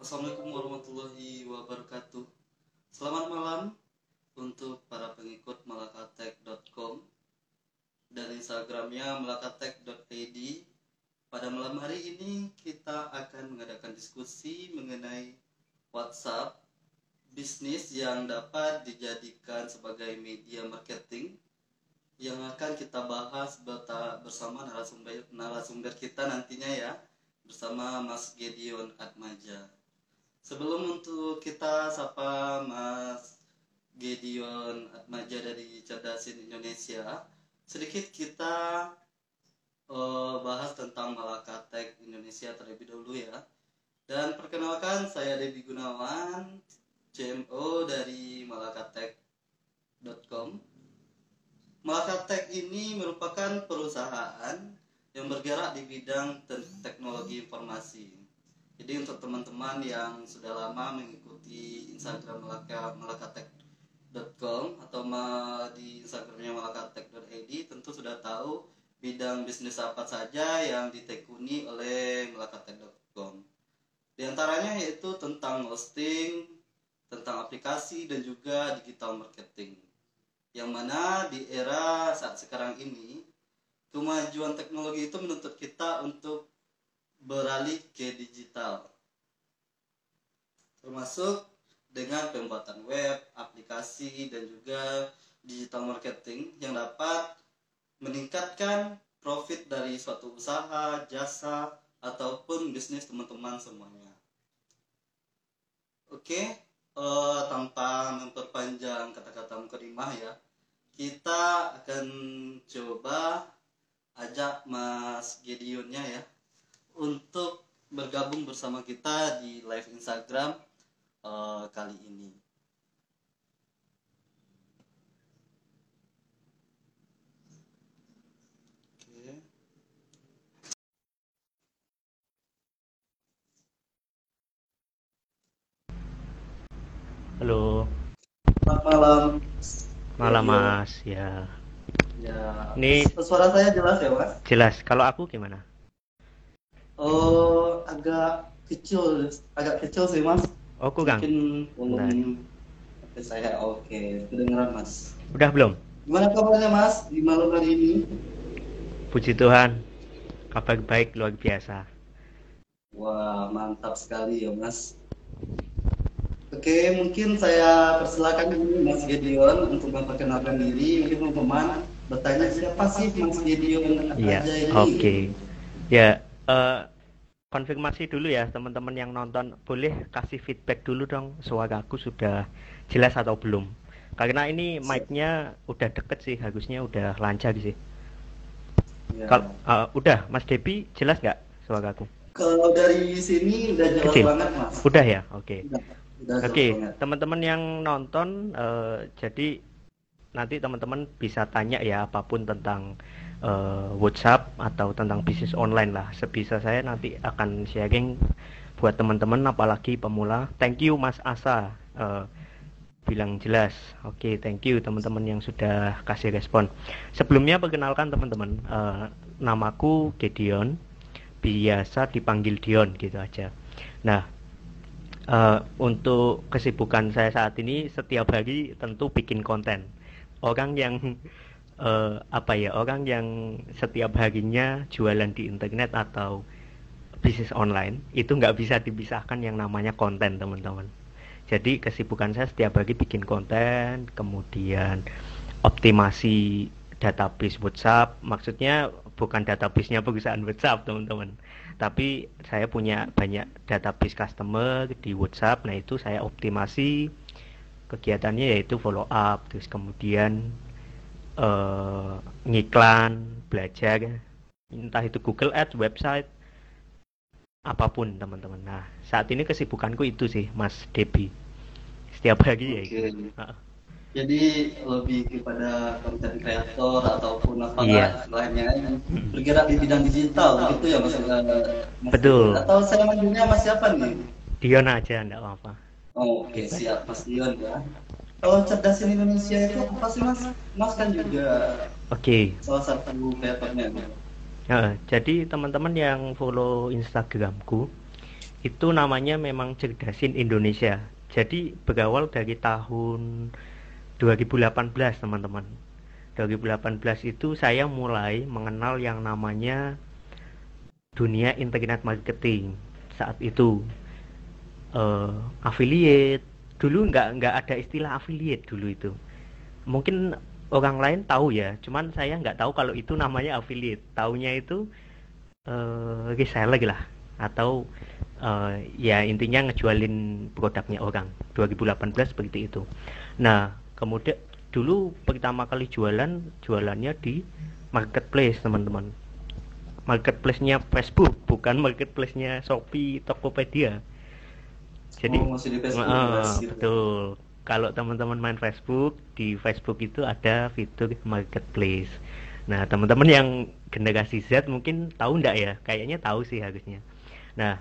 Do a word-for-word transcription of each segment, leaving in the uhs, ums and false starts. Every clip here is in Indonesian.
Assalamualaikum warahmatullahi wabarakatuh. Selamat malam untuk para pengikut malakatek dot com dan Instagramnya malakatek dot i d. Pada malam hari ini kita akan mengadakan diskusi mengenai WhatsApp bisnis yang dapat dijadikan sebagai media marketing, yang akan kita bahas bersama narasumber narasumber kita nantinya ya, bersama Mas Gideon Atmaja. Sebelum untuk kita sapa Mas Gideon Atmaja dari Cerdasin Indonesia, sedikit kita uh, bahas tentang Malakatek Indonesia terlebih dahulu ya. Dan perkenalkan, saya Debbie Gunawan, C M O dari malakatek dot com. Malakatek ini merupakan perusahaan yang bergerak di bidang teknologi informasi. Jadi untuk teman-teman yang sudah lama mengikuti Instagram malakatek dot com atau di Instagramnya malakatek dot i d tentu sudah tahu bidang bisnis apa saja yang ditekuni oleh malakatek dot com. Di antaranya yaitu tentang hosting, tentang aplikasi dan juga digital marketing. Yang mana di era saat sekarang ini, kemajuan teknologi itu menuntut kita untuk beralih ke digital, termasuk dengan pembuatan web, aplikasi, dan juga digital marketing yang dapat meningkatkan profit dari suatu usaha, jasa, ataupun bisnis teman-teman semuanya. Oke, uh, tanpa memperpanjang kata-kata mukadimah ya, kita akan coba ajak Mas Gideonnya ya untuk bergabung bersama kita di live Instagram uh, kali ini. Oke. Halo. Selamat malam. Malam Mas, ya. Ya. Ini suara saya jelas ya Mas? Jelas. Kalau aku gimana? Oh, agak kecil, agak kecil sih Mas. Oh, kurang. Mungkin volume saya oke, okay. Kedengeran Mas. Udah belum? Gimana kabarnya Mas di malam hari ini? Puji Tuhan, kabar baik luar biasa. Wah, mantap sekali ya Mas. Oke, mungkin saya persilakan dulu Mas Gideon untuk memperkenalkan diri. Mungkin teman-teman bertanya siapa sih Mas Gideon Iya, aja ini? Oke. Okay. Ya, uh, konfirmasi dulu ya teman-teman yang nonton, boleh kasih feedback dulu dong, suara aku sudah jelas atau belum? Karena ini mic-nya udah deket sih, harusnya udah lancar sih. Ya. Kalau uh, udah, Mas Debi jelas nggak suaraku? Kalau dari sini udah jelas Kecil. banget Mas. Udah ya, oke. Okay. Oke, okay, teman-teman yang nonton, uh, jadi nanti teman-teman bisa tanya ya apapun tentang uh, WhatsApp atau tentang bisnis online lah. Sebisa saya nanti akan sharing buat teman-teman, apalagi pemula. Thank you Mas Asa, uh, bilang jelas. Oke, okay, thank you teman-teman yang sudah kasih respon. Sebelumnya perkenalkan teman-teman, uh, namaku Gideon, biasa dipanggil Dion gitu aja. Nah, Uh, untuk kesibukan saya saat ini, setiap hari tentu bikin konten. Orang yang uh, apa ya, orang yang setiap harinya jualan di internet atau bisnis online itu nggak bisa dipisahkan yang namanya konten, teman-teman. Jadi kesibukan saya setiap hari bikin konten, kemudian optimasi database WhatsApp. Maksudnya bukan database-nya perusahaan WhatsApp, teman-teman, tapi saya punya banyak database customer di WhatsApp. Nah itu saya optimasi kegiatannya, yaitu follow up, terus kemudian uh, ngiklan, belajar, entah itu Google Ads, website, apapun teman-teman. Nah saat ini kesibukanku itu sih Mas Debi, setiap hari. Okay. Ya uh. Jadi lebih kepada konten kreator ataupun apa yeah. lainnya yang bergerak di bidang digital gitu ya Mas. Mas Betul. Atau saya manggilnya Mas siapa nih? Dion aja, enggak apa-apa. Oh, Oke, okay. Siap Mas Dion ya. Kalau Cerdasin Indonesia itu apa sih Mas? Mas kan juga Oke. Okay. salah satu kreatornya. Nah, jadi teman-teman yang follow Instagramku Itu namanya memang Cerdasin Indonesia. Jadi berawal dari tahun dua ribu delapan belas teman-teman. dua ribu delapan belas itu saya mulai mengenal yang namanya dunia internet marketing. Saat itu uh, affiliate. Dulu nggak nggak ada istilah affiliate dulu itu. Mungkin orang lain tahu ya, cuman saya nggak tahu kalau itu namanya affiliate. Taunya itu uh, reseller lah, atau uh, ya intinya ngejualin produknya orang. dua ribu delapan belas seperti itu. Nah, kemudian dulu pertama kali jualan jualannya di marketplace teman-teman. Marketplace-nya Facebook, bukan marketplace-nya Shopee, Tokopedia. Jadi Oh, masih di Facebook uh, gitu. betul. Kalau teman-teman main Facebook, di Facebook itu ada fitur marketplace. Nah, teman-teman yang generasi Z mungkin tahu enggak ya? Kayaknya tahu sih harusnya. Nah,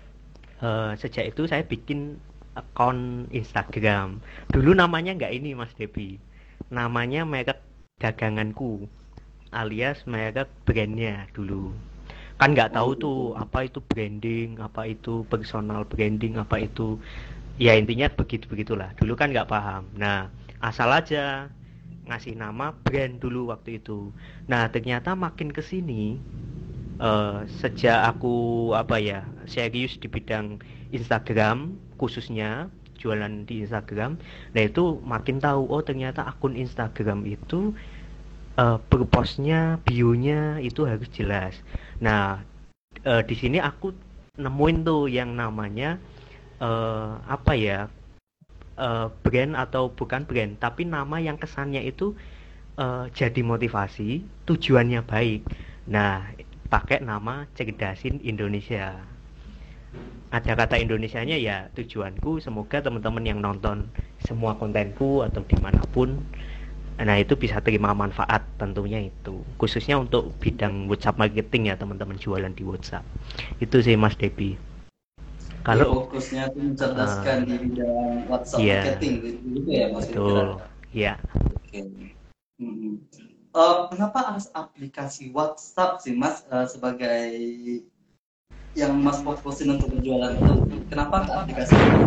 uh, sejak itu saya bikin akun Instagram. Dulu namanya nggak ini Mas Debi. Namanya merek daganganku, alias merek brandnya dulu. Kan nggak tahu tuh apa itu branding, apa itu personal branding, apa itu, ya intinya begitu begitulah. Dulu kan nggak paham. Nah, asal aja ngasih nama brand dulu waktu itu. Nah, ternyata makin kesini uh, sejak aku apa ya serius di bidang Instagram khususnya jualan di Instagram, nah itu makin tahu oh ternyata akun Instagram itu uh, berpostnya, bionya itu harus jelas. Nah, uh, di sini aku nemuin tuh yang namanya uh, apa ya uh, brand atau bukan brand, tapi nama yang kesannya itu uh, jadi motivasi, tujuannya baik. Nah, pakai nama Cerdasin Indonesia. Ada kata Indonesianya ya tujuanku semoga teman-teman yang nonton semua kontenku atau dimanapun, nah itu bisa terima manfaat tentunya itu. Khususnya untuk bidang WhatsApp marketing ya teman-teman jualan di WhatsApp. Itu sih Mas Debi. Kalau fokusnya itu mencerdaskan uh, di bidang WhatsApp yeah. marketing gitu ya Mas. Betul. Iya. Oke. Hmm. Uh, kenapa harus aplikasi WhatsApp sih Mas uh, sebagai yang Mas fokusin untuk berjualan itu? Kenapa aplikasi itu?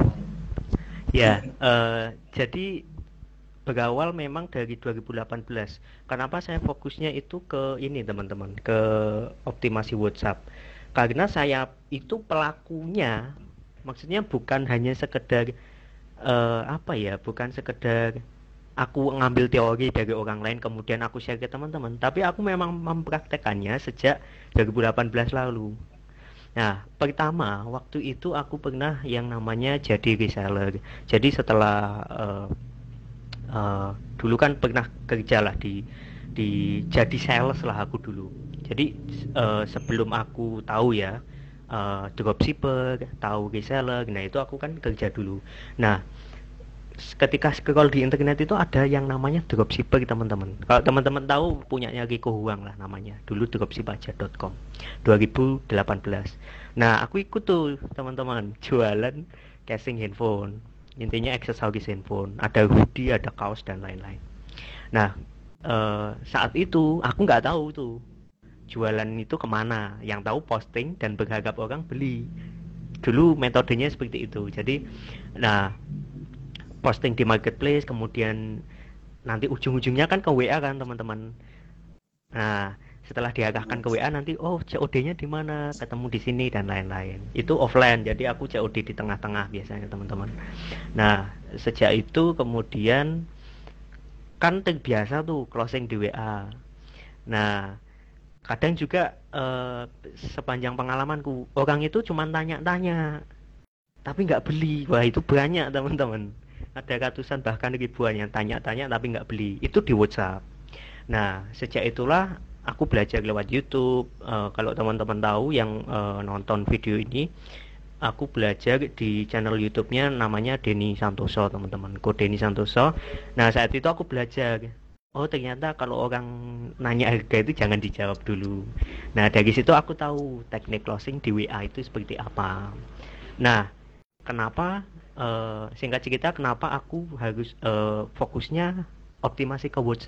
Ya, uh, jadi berawal memang dari dua ribu delapan belas. Kenapa saya fokusnya itu ke ini teman-teman, ke optimasi WhatsApp? Karena saya itu pelakunya, maksudnya bukan hanya sekedar uh, apa ya, bukan sekedar aku ngambil teori dari orang lain kemudian aku share ke teman-teman, tapi aku memang mempraktekannya sejak dua ribu delapan belas lalu. Nah, pertama waktu itu aku pernah yang namanya jadi reseller. Jadi setelah uh, uh, dulu kan pernah kerja lah di di jadi sales lah aku dulu. Jadi uh, sebelum aku tahu ya uh, dropshipper, tahu reseller, nah itu aku kan kerja dulu. Nah, ketika scroll di internet itu ada yang namanya dropshipper teman-teman. Kalau teman-teman tahu punyanya Riko Huang lah namanya. Dulu dropship aja dot com dua ribu delapan belas. Nah, aku ikut tuh teman-teman jualan casing handphone. Intinya aksesoris handphone. Ada hoodie, ada kaos dan lain-lain. Nah, eh, saat itu aku nggak tahu tuh jualan itu kemana. Yang tahu posting dan berharap orang beli. Dulu metodenya seperti itu. Jadi, nah posting di marketplace, kemudian nanti ujung-ujungnya kan ke W A kan teman-teman. Nah, setelah diarahkan ke W A nanti oh C O D-nya di mana, ketemu di sini dan lain-lain. Itu offline, jadi aku C O D di tengah-tengah biasanya teman-teman. Nah, sejak itu kemudian kan terbiasa tuh closing di W A. Nah, kadang juga eh, sepanjang pengalamanku orang itu cuma tanya-tanya tapi nggak beli. Wah, itu banyak teman-teman. Ada ratusan bahkan ribuan yang tanya-tanya tapi nggak beli. Itu di WhatsApp. Nah, sejak itulah aku belajar lewat YouTube. Uh, kalau teman-teman tahu yang uh, nonton video ini, aku belajar di channel YouTube-nya namanya Denny Santoso teman-teman. Kode Denny Santoso. Nah, saat itu aku belajar. Oh, ternyata kalau orang nanya harga itu jangan dijawab dulu. Nah, dari situ aku tahu teknik closing di W A itu seperti apa. Nah, kenapa uh, singkat cerita kenapa aku harus uh, fokusnya optimasi ke WhatsApp.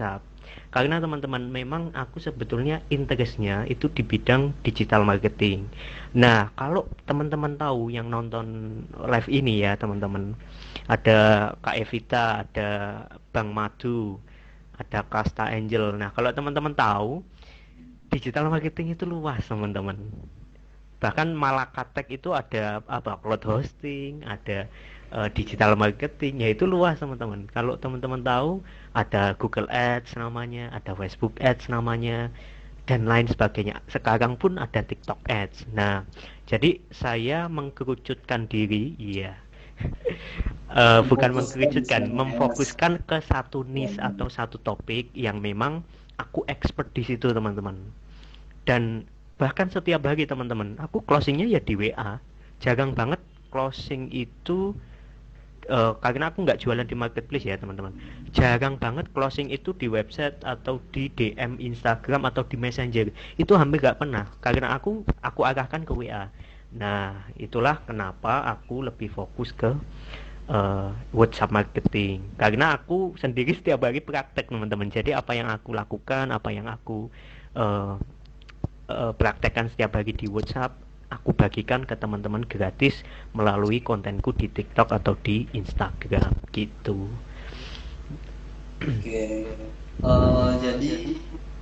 Karena teman-teman, memang aku sebetulnya interestnya itu di bidang digital marketing. Nah, kalau teman-teman tahu yang nonton live ini ya teman-teman, ada Kak Evita, ada Bang Madu, ada Kasta Angel. Nah, kalau teman-teman tahu, digital marketing itu luas teman-teman. Bahkan Malakatek itu ada apa, cloud hosting, ada uh, digital marketing, ya itu luas teman-teman. Kalau teman-teman tahu, ada Google Ads namanya, ada Facebook Ads namanya, dan lain sebagainya. Sekarang pun ada TikTok Ads. Nah, jadi saya mengkerucutkan diri, iya. uh, bukan mengkerucutkan, memfokuskan ke satu niche atau satu topik yang memang aku expert di situ teman-teman. Dan bahkan setiap hari teman-teman, aku closingnya ya di W A. Jarang banget closing itu uh, karena aku nggak jualan di marketplace ya teman-teman. Jarang banget closing itu di website atau di D M Instagram atau di Messenger. Itu hampir nggak pernah karena aku aku arahkan ke W A. Nah, itulah kenapa aku lebih fokus ke uh, WhatsApp marketing. Karena aku sendiri setiap hari praktek teman-teman. Jadi apa yang aku lakukan, apa yang aku uh, Uh, praktekkan setiap hari di WhatsApp, aku bagikan ke teman-teman gratis melalui kontenku di TikTok atau di Instagram gitu. Oke, uh, jadi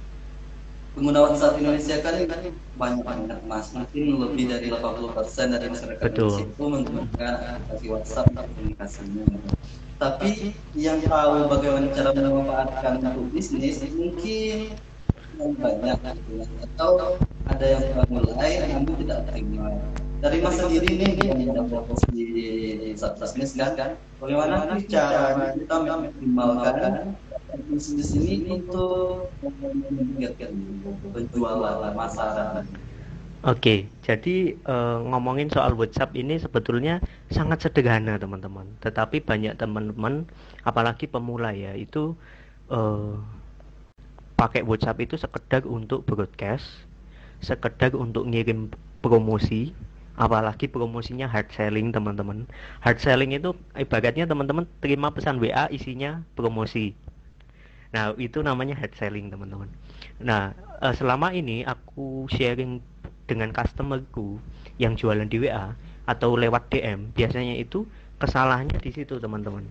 pengguna WhatsApp Indonesia kan banyak banget mas, mungkin lebih dari delapan puluh persen dari masyarakat Indonesia itu menggunakan aplikasi WhatsApp untuk komunikasinya. Tapi yang tahu bagaimana cara memanfaatkan untuk bisnis mungkin banyak, atau ada yang mulai namun tidak terima. Dari mas sendiri nih yang dapat posisi di bisnis kan, bagaimana cara kita mengoptimalkan bisnis ini untuk meningkatkan penjualan masyarakat? Oke, jadi uh, ngomongin soal WhatsApp ini sebetulnya sangat sederhana teman-teman. Tetapi banyak teman-teman, apalagi pemula ya, itu uh, pakai WhatsApp itu sekedar untuk broadcast, sekedar untuk ngirim promosi, apalagi promosinya hard selling teman-teman. Hard selling itu ibaratnya teman-teman terima pesan W A isinya promosi. Nah, itu namanya hard selling teman-teman. Nah, selama ini aku sharing dengan customerku yang jualan di W A atau lewat D M, biasanya itu kesalahannya di situ teman-teman.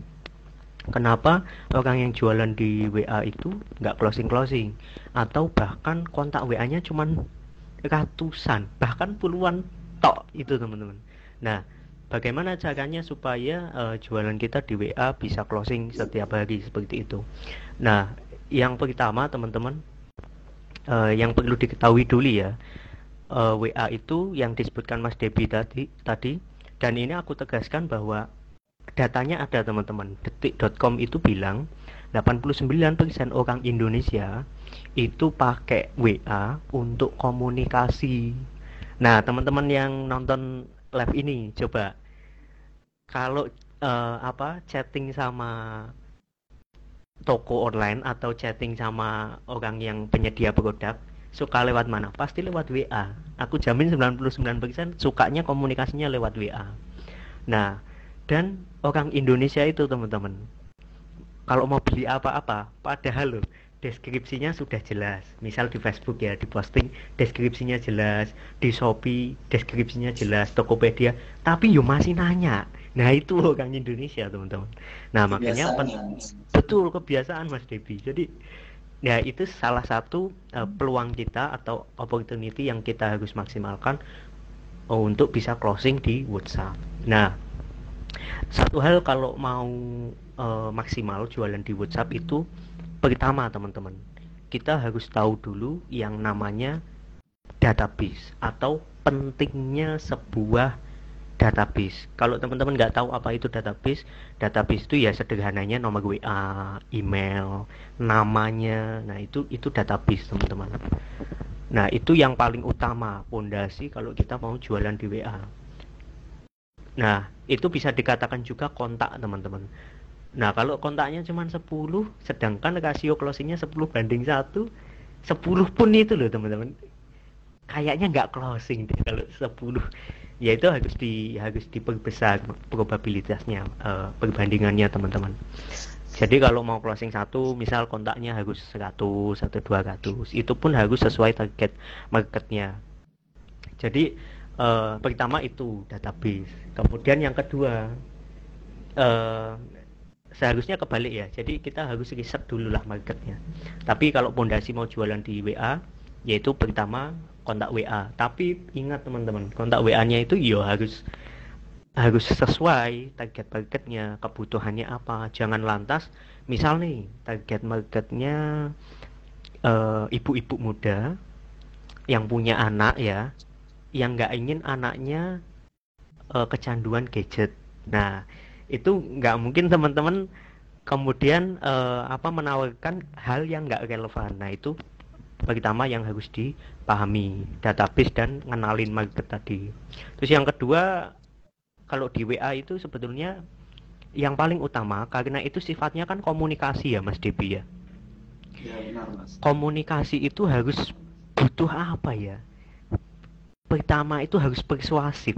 Kenapa orang yang jualan di W A itu nggak closing-closing, atau bahkan kontak W A-nya cuman ratusan, bahkan puluhan tok itu teman-teman. Nah, bagaimana caranya supaya uh, jualan kita di W A bisa closing setiap hari seperti itu? Nah, yang pertama teman-teman, uh, yang perlu diketahui dulu ya, uh, W A itu yang disebutkan Mas Debi tadi, tadi, dan ini aku tegaskan bahwa datanya ada teman-teman. Detik dot com itu bilang delapan puluh sembilan persen orang Indonesia itu pakai W A untuk komunikasi. Nah, teman-teman yang nonton live ini coba kalau uh, apa chatting sama toko online atau chatting sama orang yang penyedia produk, suka lewat mana? Pasti lewat W A. Aku jamin sembilan puluh sembilan persen sukanya komunikasinya lewat W A. Nah, dan orang Indonesia itu teman-teman, kalau mau beli apa-apa, padahal loh deskripsinya sudah jelas. Misal di Facebook ya, di posting deskripsinya jelas, di Shopee deskripsinya jelas, Tokopedia, tapi yo masih nanya. Nah, itu orang Indonesia teman-teman. Nah, makanya pen- betul kebiasaan Mas Debi. Jadi ya itu salah satu uh, peluang kita atau opportunity yang kita harus maksimalkan uh, untuk bisa closing di WhatsApp. Nah, satu hal kalau mau uh, maksimal jualan di WhatsApp itu, pertama teman-teman, kita harus tahu dulu yang namanya database atau pentingnya sebuah database. Kalau teman-teman nggak tahu apa itu database, database itu ya sederhananya nomor W A, email, namanya. Nah, itu itu database teman-teman. Nah, itu yang paling utama pondasi kalau kita mau jualan di W A. Nah, itu bisa dikatakan juga kontak teman-teman. Nah, kalau kontaknya cuma sepuluh, sedangkan rasio closingnya sepuluh banding satu, sepuluh pun itu loh teman-teman, kayaknya nggak closing deh kalau sepuluh. Ya itu harus di harus diperbesar probabilitasnya, uh, perbandingannya teman-teman. Jadi kalau mau closing satu, misal kontaknya harus seratus atau dua ratus, itu pun harus sesuai target marketnya. Jadi eh, pertama itu database. Kemudian yang kedua, eh, seharusnya kebalik ya. Jadi kita harus riset dulu lah marketnya. Tapi kalau pondasi mau jualan di W A, yaitu pertama kontak W A. Tapi ingat teman-teman, kontak W A-nya itu ya harus harus sesuai target marketnya, kebutuhannya apa. Jangan lantas misal nih target marketnya uh, ibu-ibu muda yang punya anak ya, yang nggak ingin anaknya uh, kecanduan gadget. Nah itu nggak mungkin teman-teman kemudian uh, apa menawarkan hal yang nggak relevan. Nah itu pertama yang harus dipahami, database dan ngenalin market tadi. Terus yang kedua, kalau di W A itu sebetulnya yang paling utama, karena itu sifatnya kan komunikasi ya Mas Debi ya. Ya benar Mas. Komunikasi itu harus butuh apa ya? Pertama itu harus persuasif.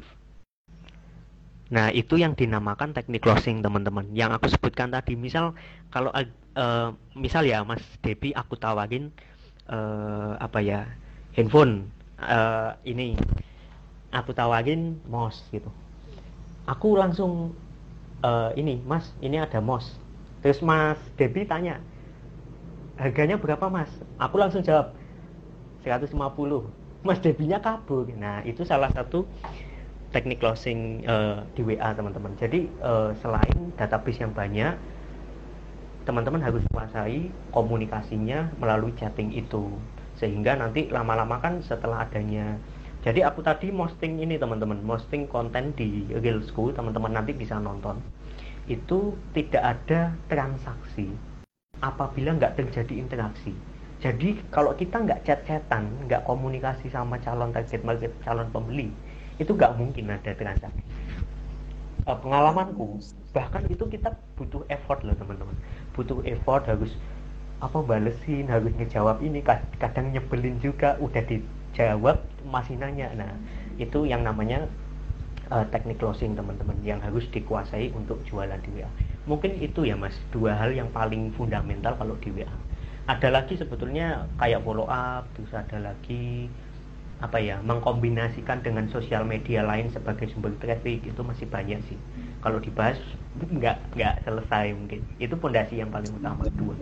Nah itu yang dinamakan teknik closing teman-teman. Yang aku sebutkan tadi, misal kalau uh, misal ya Mas Debi aku tawarin uh, apa ya handphone uh, ini, aku tawarin mouse gitu. Aku langsung uh, ini Mas, ini ada mouse. Terus Mas Debi tanya harganya berapa Mas? Aku langsung jawab seratus lima puluh. Mas Debinya kabur. Nah itu salah satu teknik closing uh, di W A teman-teman. Jadi uh, selain database yang banyak, teman-teman harus menguasai komunikasinya melalui chatting itu, sehingga nanti lama-lama kan setelah adanya. Jadi aku tadi posting ini teman-teman, posting konten di Reelsku, teman-teman nanti bisa nonton. Itu tidak ada transaksi apabila nggak terjadi interaksi. Jadi kalau kita nggak chat-chatan, nggak komunikasi sama calon target market, calon pembeli, itu nggak mungkin ada transaksi. Uh, pengalamanku, bahkan itu kita butuh effort loh teman-teman, butuh effort, harus apa balesin, harus ngejawab ini, kadang nyebelin juga, udah dijawab masih nanya. Nah itu yang namanya uh, teknik closing teman-teman, yang harus dikuasai untuk jualan di W A. Mungkin itu ya Mas, dua hal yang paling fundamental kalau di W A. Ada lagi sebetulnya kayak follow up, terus ada lagi apa ya, mengkombinasikan dengan sosial media lain sebagai sumber traffic, itu masih banyak sih. Kalau dibahas nggak nggak selesai mungkin. Itu fondasi yang paling utama dua.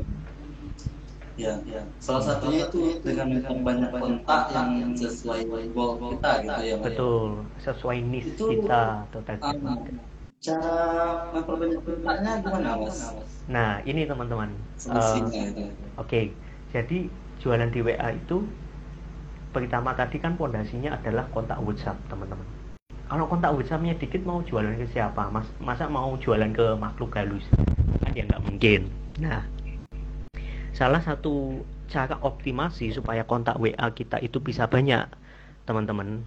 Ya, ya. Salah satunya itu dengan memperbanyak kontak yang sesuai goal kita gitu ya. Betul, sesuai niche itu, kita atau target market. Cara memperbanyak kontaknya gimana Mas? Nah ini teman-teman. Uh, Oke, okay. Jadi jualan di W A itu pertama tadi kan pondasinya adalah kontak WhatsApp teman-teman. Kalau kontak WhatsAppnya dikit mau jualan ke siapa? Mas, masa mau jualan ke makhluk halus? Kan ya nggak mungkin. Nah, salah satu cara optimasi supaya kontak W A kita itu bisa banyak teman-teman,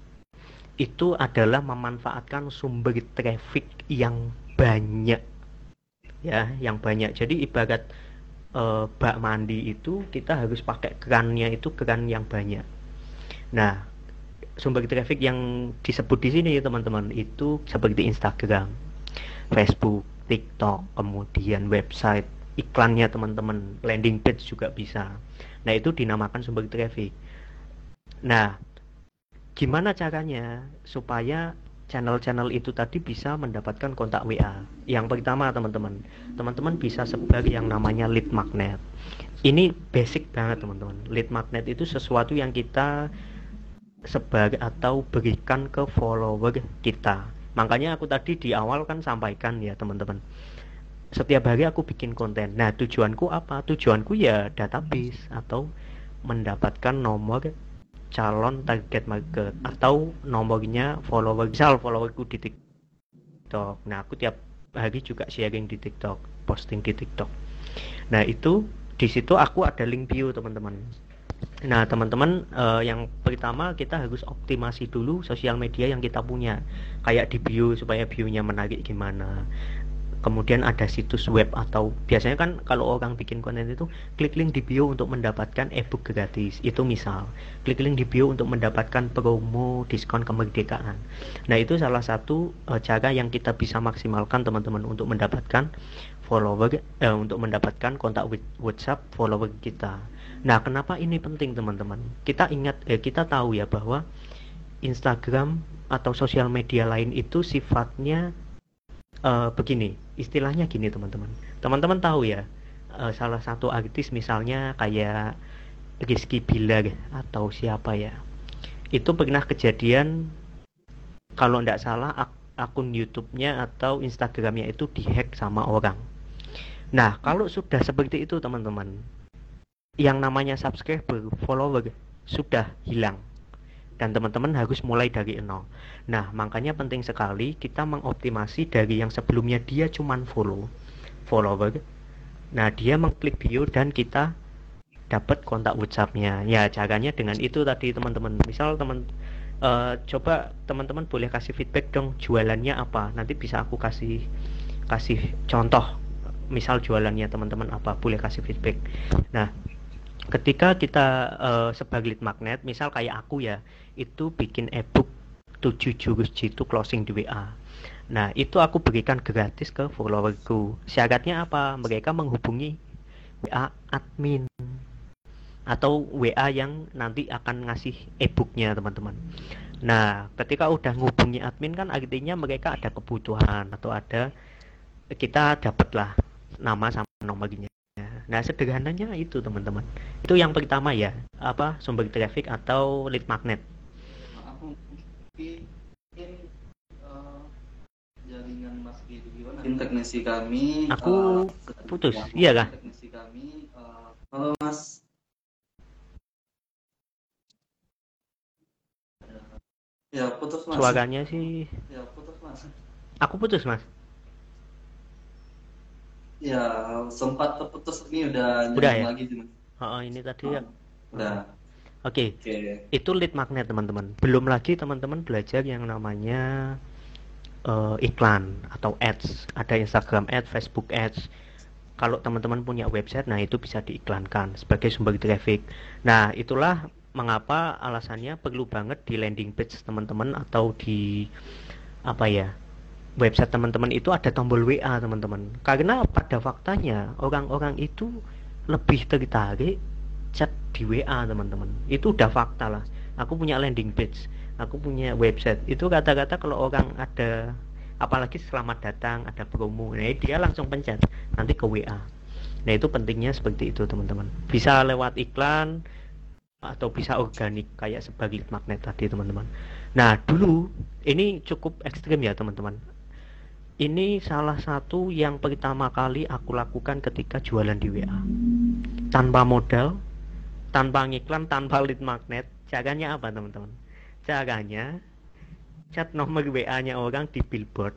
itu adalah memanfaatkan sumber traffic yang banyak ya, yang banyak. Jadi ibarat e, bak mandi itu kita harus pakai kerannya itu keran yang banyak. Nah sumber traffic yang disebut di sini teman-teman itu seperti Instagram, Facebook, TikTok, kemudian website, iklannya teman-teman, landing page juga bisa. Nah itu dinamakan sumber traffic. Nah gimana caranya supaya channel-channel itu tadi bisa mendapatkan kontak W A? Yang pertama teman-teman, teman-teman bisa sebar yang namanya lead magnet. Ini basic banget teman-teman. Lead magnet itu sesuatu yang kita sebar atau berikan ke follower kita. Makanya aku tadi di awal kan sampaikan ya teman-teman, setiap hari aku bikin konten. Nah tujuanku apa? Tujuanku ya database atau mendapatkan nomor calon target market atau nomornya follower. Misal followerku di TikTok, nah aku tiap hari juga sharing di TikTok, posting di TikTok. Nah itu di situ aku ada link bio teman-teman. Nah teman-teman eh, yang pertama kita harus optimasi dulu sosial media yang kita punya, kayak di bio supaya bionya menarik gimana. Kemudian ada situs web, atau biasanya kan kalau orang bikin konten itu klik link di bio untuk mendapatkan ebook gratis. Itu misal, klik link di bio untuk mendapatkan promo diskon kemerdekaan. Nah itu salah satu uh, cara yang kita bisa maksimalkan teman-teman untuk mendapatkan follower, eh, untuk mendapatkan kontak WhatsApp follower kita. Nah, kenapa ini penting teman-teman? Kita ingat, eh, kita tahu ya bahwa Instagram atau sosial media lain itu sifatnya uh, begini, istilahnya gini teman-teman. Teman-teman tahu ya, uh, salah satu artis misalnya kayak Rizky Bilar atau siapa ya, itu pernah kejadian kalau tidak salah ak- akun YouTube-nya atau Instagram-nya itu dihack sama orang. Nah, kalau sudah seperti itu teman-teman, yang namanya subscriber, follower sudah hilang. Dan teman-teman harus mulai dari nol. Nah, makanya penting sekali kita mengoptimasi dari yang sebelumnya dia cuman follow, follower. Nah, dia mengklik bio dan kita dapat kontak WhatsApp-nya. Ya, caranya dengan itu tadi teman-teman. Misal teman uh, coba teman-teman boleh kasih feedback dong jualannya apa. Nanti bisa aku kasih kasih contoh. Misal jualannya teman-teman apa, boleh kasih feedback. Nah, ketika kita uh, sebagai lead magnet, misal kayak aku ya, itu bikin ebook tujuh jurus jitu closing di W A. Nah, itu aku berikan gratis ke followerku. Syaratnya apa? Mereka menghubungi W A admin atau W A yang nanti akan ngasih ebooknya teman-teman. Nah, ketika udah ngubungi admin kan artinya mereka ada kebutuhan atau ada, kita dapatlah nama sama nomornya. Nah, sederhananya itu teman-teman. Itu yang pertama ya, apa sumber traffic atau lead magnet. Aku mungkin uh, jaringan Mas Gidi gimana? Teknisi kami. Aku uh, putus, iya kah? Teknisi kami. Uh, halo Mas. Ya putus Mas. Suaranya sih. Ya putus Mas. Aku putus Mas. Ya, sempat terputus, ini udah udah ya? lagi sih. Oh, ini tadi oh, ya. Udah. Oke. Okay. Okay. Itu lead magnet teman-teman. Belum lagi teman-teman belajar yang namanya uh, iklan atau ads. Ada Instagram ads, Facebook ads. Kalau teman-teman punya website, nah itu bisa diiklankan sebagai sumber traffic. Nah, itulah mengapa alasannya perlu banget di landing page teman-teman atau di apa ya? Website teman-teman itu ada tombol W A teman-teman, karena pada faktanya orang-orang itu lebih tertarik chat di W A teman-teman. Itu udah fakta lah. Aku punya landing page, aku punya website, itu kata-kata kalau orang ada, apalagi selamat datang, ada promo, nah dia langsung pencet nanti ke W A. Nah itu pentingnya seperti itu teman-teman. Bisa lewat iklan atau bisa organik kayak sebagai magnet tadi teman-teman. Nah dulu ini cukup ekstrim ya teman-teman. Ini salah satu yang pertama kali aku lakukan ketika jualan di W A. Tanpa modal, tanpa ngiklan, tanpa lead magnet. Caranya apa teman-teman? Caranya chat nomor W A-nya orang di billboard.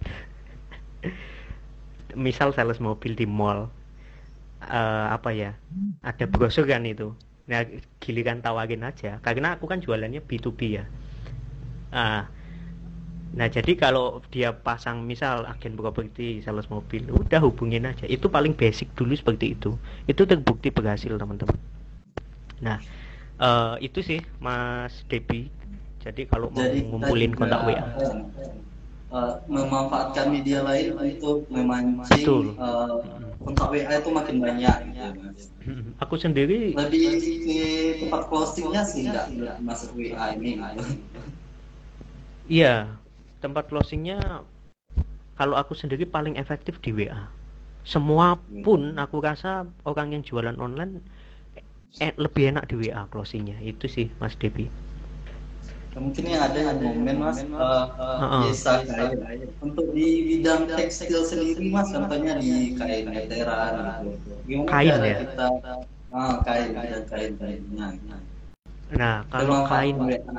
Misal sales mobil di mall. Uh, apa ya? Ada brosur kan itu. Nah, giliran tawarin aja. Karena aku kan jualannya B to B ya. Ah, uh, Nah, jadi kalau dia pasang misal agen properti, sales mobil, udah hubungin aja. Itu paling basic dulu seperti itu. Itu terbukti berhasil, teman-teman. Nah, uh, itu sih Mas Debi. Jadi kalau jadi, mau ngumpulin kontak W A, uh, memanfaatkan media lain untuk memancing uh, kontak W A itu makin banyak gitu, Mas. Aku sendiri lebih di tempat closingnya sih enggak masuk W A ini. Iya. Tempat closingnya kalau aku sendiri paling efektif di W A. Semua pun aku rasa orang yang jualan online eh, lebih enak di W A closingnya. Itu sih Mas Debi. Mungkin ada yang momen Mas uh, uh, bisa kain. Untuk di bidang tekstil sendiri Mas, contohnya di kain meteran gitu. Gimana kain ya? Kita ah, kain dan kain kainnya. Nah, kalau kain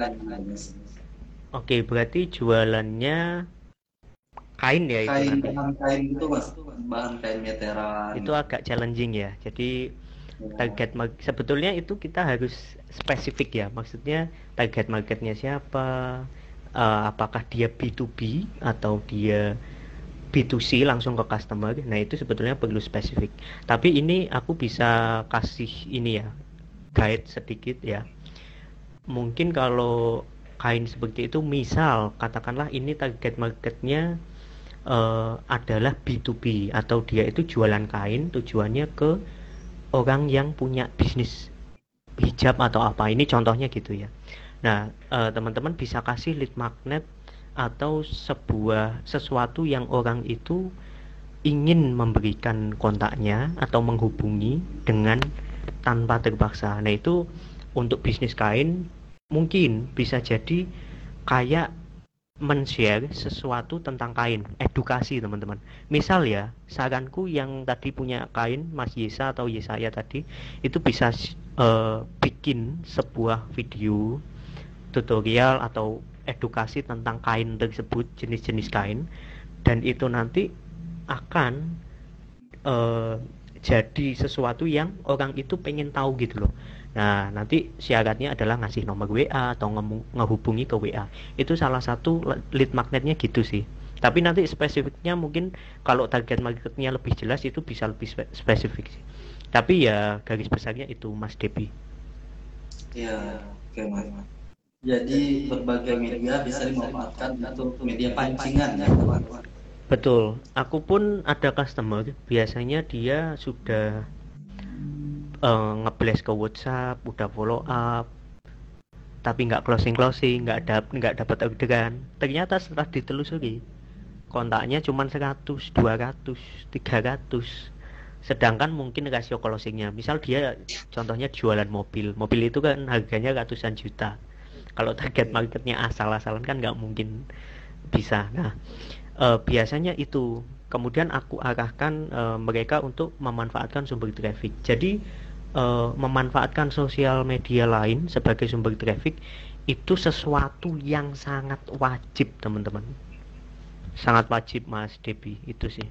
Oke, berarti jualannya kain ya itu kain, bahan kain itu Mas, bahan kain meteran. Itu agak challenging ya. Jadi target market, sebetulnya itu kita harus spesifik ya. Maksudnya target marketnya siapa? Uh, apakah dia B to B atau dia B to C langsung ke customer? Nah, itu sebetulnya perlu spesifik. Tapi ini aku bisa kasih ini ya, guide sedikit ya. Mungkin kalau kain seperti itu, misal katakanlah ini target marketnya uh, adalah B to B atau dia itu jualan kain tujuannya ke orang yang punya bisnis hijab atau apa. Ini contohnya gitu ya. Nah, uh, teman-teman bisa kasih lead magnet atau sebuah sesuatu yang orang itu ingin memberikan kontaknya atau menghubungi dengan tanpa terpaksa. Nah, itu untuk bisnis kain mungkin bisa jadi kayak men-share sesuatu tentang kain, edukasi teman-teman. Misal ya, saranku yang tadi punya kain, Mas Yesa atau Yesaya tadi, itu bisa uh, bikin sebuah video tutorial atau edukasi tentang kain tersebut, jenis-jenis kain, dan itu nanti akan uh, jadi sesuatu yang orang itu pengen tahu gitu loh. Nah, nanti syaratnya adalah ngasih nomor W A atau nge- ngehubungi ke W A. Itu salah satu lead magnetnya gitu sih. Tapi nanti spesifiknya mungkin kalau target marketnya lebih jelas itu bisa lebih spe- spesifik sih. Tapi ya garis besarnya itu Mas Debi. Ya, oke Mas. Jadi berbagai media bisa dimanfaatkan untuk media pancingan ya teman-teman. Betul. Aku pun ada customer, biasanya dia sudah uh, nge-blast ke WhatsApp, udah follow up, tapi nggak closing closing, nggak dap nggak dapat orderan. Ternyata setelah ditelusuri kontaknya cuma seratus, dua ratus, tiga ratus. Sedangkan mungkin rasio closingnya, misal dia contohnya jualan mobil, mobil itu kan harganya ratusan juta. Kalau target marketnya asal-asalan kan nggak mungkin bisa. Nah, e, biasanya itu kemudian aku arahkan e, mereka untuk memanfaatkan sumber traffic. Jadi e, memanfaatkan sosial media lain sebagai sumber traffic itu sesuatu yang sangat wajib teman-teman, sangat wajib Mas Debi, itu sih.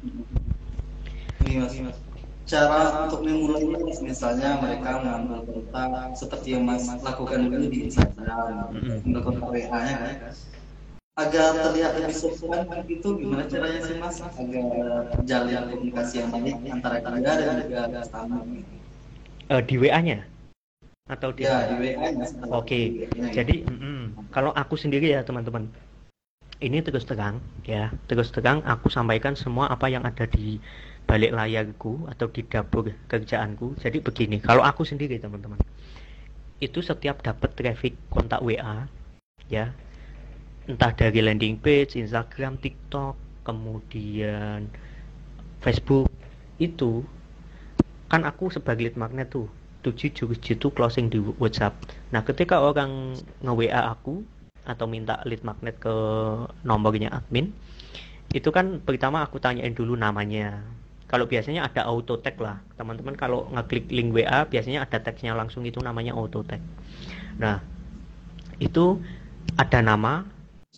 Ini Mas, Mas. Cara untuk memulainya misalnya mereka mengambil kontak seperti yang Mas lakukan dulu di Instagram, mengambil kontak W A-nya kan, agar terlihat lebih sopan itu gimana caranya sih Mas agar jalin komunikasi yang baik antara dia dan juga customer? Uh, di W A-nya atau di ya, di W A-nya? Oke, okay. Jadi mm, kalau aku sendiri ya teman-teman, ini terus terang ya, terus terang aku sampaikan semua apa yang ada di balik layarku atau di dapur kerjaanku. Jadi begini, kalau aku sendiri teman-teman, itu setiap dapat traffic kontak W A ya, entah dari landing page, Instagram, TikTok, kemudian Facebook, itu kan aku sebagai lead magnet tuh tujuh jurus jitu closing di WhatsApp. Nah, ketika orang nge-W A aku atau minta lead magnet ke nomornya admin, itu kan pertama aku tanyain dulu namanya. Kalau biasanya ada auto tag lah teman-teman, kalau ngeklik link W A biasanya ada teksnya langsung, itu namanya auto tag. Nah, itu ada nama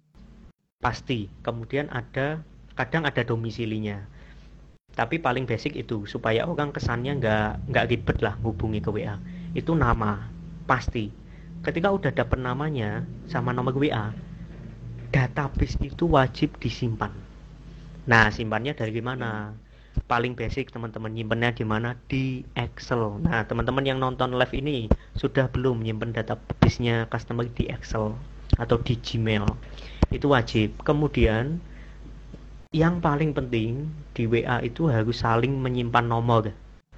pasti, kemudian ada kadang ada domisilinya, tapi paling basic itu supaya orang kesannya nggak nggak ribet lah hubungi ke W A. Itu nama pasti. Ketika udah dapet namanya sama nomor W A, database itu wajib disimpan. Nah, simpannya dari mana? Paling basic teman-teman, nyimpennya di mana? Di Excel. Nah, teman-teman yang nonton live ini sudah belum nyimpen database-nya customer di Excel atau di Gmail? Itu wajib. Kemudian yang paling penting di W A itu harus saling menyimpan nomor.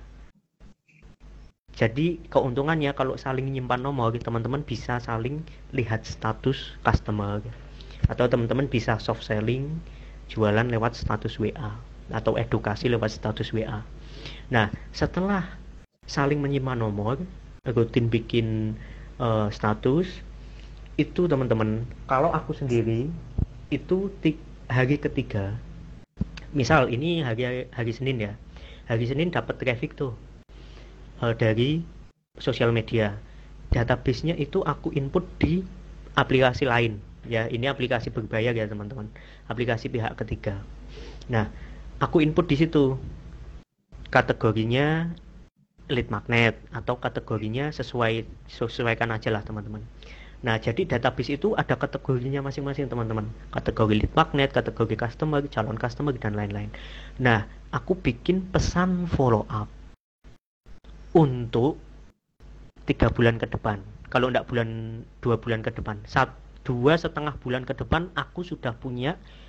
Jadi keuntungannya kalau saling menyimpan nomor, teman-teman bisa saling lihat status customer, atau teman-teman bisa soft selling, jualan lewat status W A, atau edukasi lewat status W A. Nah, setelah saling menyimpan nomor, rutin bikin uh, status, itu teman-teman, kalau aku sendiri itu t- hari ketiga, misal ini hari hari Senin ya, hari Senin dapat traffic tuh uh, dari sosial media, database-nya itu aku input di aplikasi lain ya, ini aplikasi berbayar ya teman-teman, aplikasi pihak ketiga. Nah, aku input di situ kategorinya lead magnet atau kategorinya sesuai sesuaikan aja lah teman-teman. Nah, jadi database itu ada kategorinya masing-masing teman-teman, kategori lead magnet, kategori customer, calon customer, dan lain-lain. Nah, aku bikin pesan follow up untuk tiga bulan ke depan, kalau enggak bulan dua bulan ke depan, Sat, dua setengah bulan ke depan aku sudah punya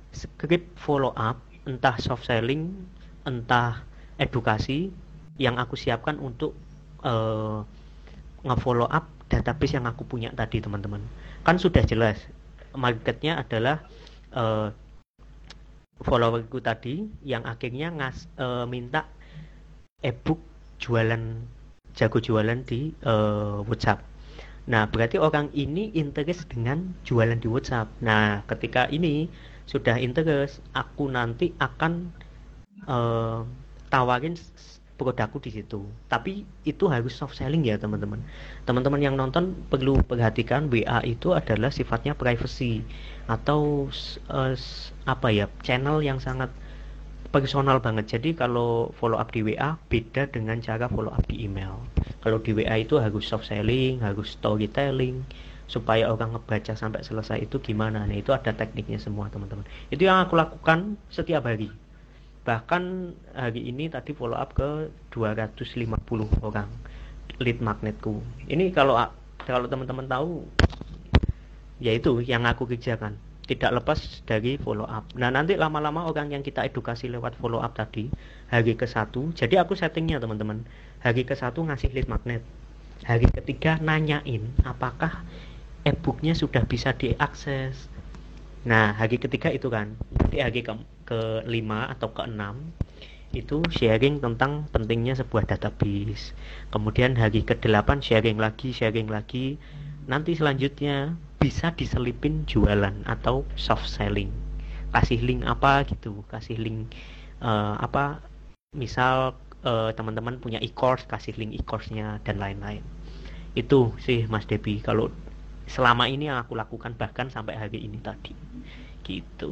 Script follow up, entah soft selling, entah edukasi yang aku siapkan untuk uh, nge-follow up database yang aku punya tadi, teman-teman. Kan sudah jelas marketnya adalah uh, followerku tadi yang akhirnya ngas uh, minta ebook jualan, jago jualan di uh, WhatsApp. Nah, berarti orang ini interest dengan jualan di WhatsApp. Nah, ketika ini sudah interest, aku nanti akan uh, tawarin produkku di situ. Tapi itu harus soft selling ya, teman-teman. Teman-teman yang nonton perlu perhatikan W A itu adalah sifatnya privacy atau uh, apa ya, channel yang sangat personal banget. Jadi kalau follow up di W A beda dengan cara follow up di email. Kalau di W A itu harus soft selling, harus storytelling supaya orang ngebaca sampai selesai itu gimana. Nah, itu ada tekniknya semua, teman-teman. Itu yang aku lakukan setiap hari. Bahkan hari ini tadi follow up ke dua ratus lima puluh orang lead magnetku. Ini kalau kalau teman-teman tahu, yaitu yang aku kerjakan. Tidak lepas dari follow up. Nah, nanti lama-lama orang yang kita edukasi lewat follow up tadi, hari ke satu, jadi aku settingnya, teman-teman. Hari ke satu ngasih lead magnet. Hari ketiga nanyain apakah e-booknya sudah bisa diakses. Nah, hari ketiga itu kan. Nanti hari ke, ke lima atau ke enam itu sharing tentang pentingnya sebuah database. Kemudian hari ke delapan sharing lagi, sharing lagi. Nanti selanjutnya bisa diselipin jualan atau soft selling, kasih link apa gitu, kasih link uh, apa misal uh, teman-teman punya e-course, kasih link e-course-nya dan lain-lain. Itu sih Mas Debi kalau selama ini yang aku lakukan, bahkan sampai hari ini tadi gitu.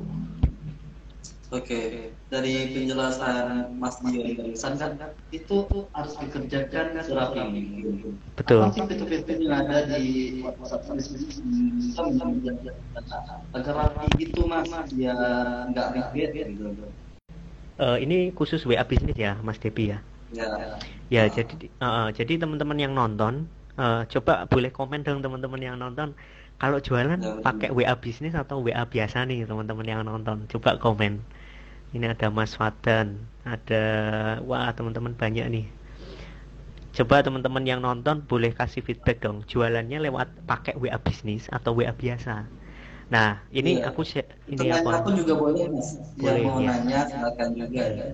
Oke, dari penjelasan Mas Dio barusan kan itu harus dikerjakan serapi ini. Betul. Apa sih fitur-fitur yang ada di WhatsApp bisa menjadi agar rapi gitu Mas, biar nggak ribet gitu. Uh, ini khusus W A bisnis ya, Mas Debi ya. Ya. Ya, uh. jadi uh, jadi teman-teman yang nonton, uh, coba boleh komen dong teman-teman yang nonton. Kalau jualan ya, pakai W A bisnis atau W A biasa nih, teman-teman yang nonton. Coba komen. Ini ada Mas Fadan, ada wah teman-teman banyak nih. Coba teman-teman yang nonton boleh kasih feedback dong. Jualannya lewat pakai W A bisnis atau W A biasa. Nah, ini ya, aku ini apa? Aku juga boleh Mas. Boleh, yang mau ya. Nanya silakan juga ya.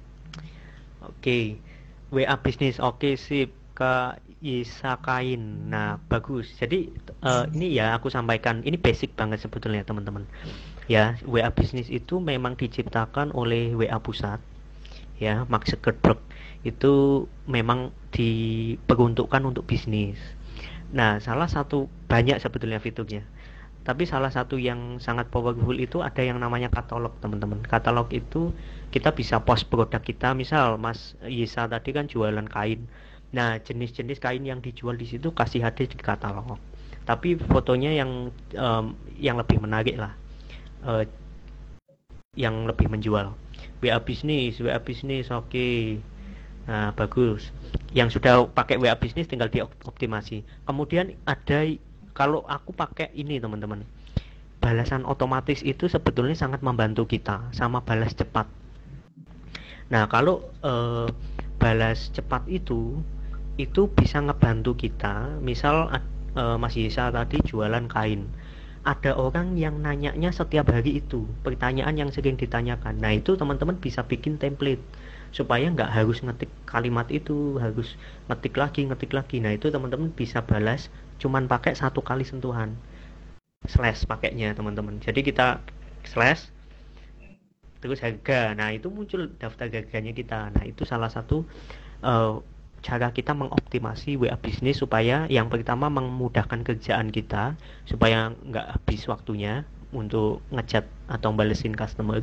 Oke. W A bisnis oke sip. Kak Isakain. Nah, bagus. Jadi uh, ini ya aku sampaikan, ini basic banget sebetulnya teman-teman. Ya, W A bisnis itu memang diciptakan oleh W A pusat. Ya, Mark Zuckerberg itu memang diperuntukkan untuk bisnis. Nah, salah satu banyak sebetulnya fiturnya. Tapi salah satu yang sangat powerful itu ada yang namanya katalog, teman-teman. Katalog itu kita bisa post produk kita, misal Mas Yisa tadi kan jualan kain. Nah, jenis-jenis kain yang dijual di situ kasih hadir di katalog. Tapi fotonya yang um, yang lebih menarik lah, uh, yang lebih menjual. W A bisnis, W A bisnis, oke. Okay. Nah, bagus. Yang sudah pakai W A bisnis tinggal dioptimasi. Kemudian ada, kalau aku pakai ini teman-teman, balasan otomatis itu sebetulnya sangat membantu kita sama balas cepat. Nah, kalau uh, balas cepat itu itu bisa ngebantu kita. Misal uh, Mas Yesa tadi jualan kain, ada orang yang nanyanya setiap hari itu, pertanyaan yang sering ditanyakan. Nah, itu teman-teman bisa bikin template supaya nggak harus ngetik kalimat itu, harus ngetik lagi, ngetik lagi. Nah, itu teman-teman bisa balas cuman pakai satu kali sentuhan, slash pakainya teman-teman. Jadi kita slash terus harga. Nah, itu muncul daftar harganya kita. Nah, itu salah satu uh, cara kita mengoptimasi W A bisnis supaya yang pertama memudahkan kerjaan kita supaya nggak habis waktunya untuk ngechat atau balesin customer.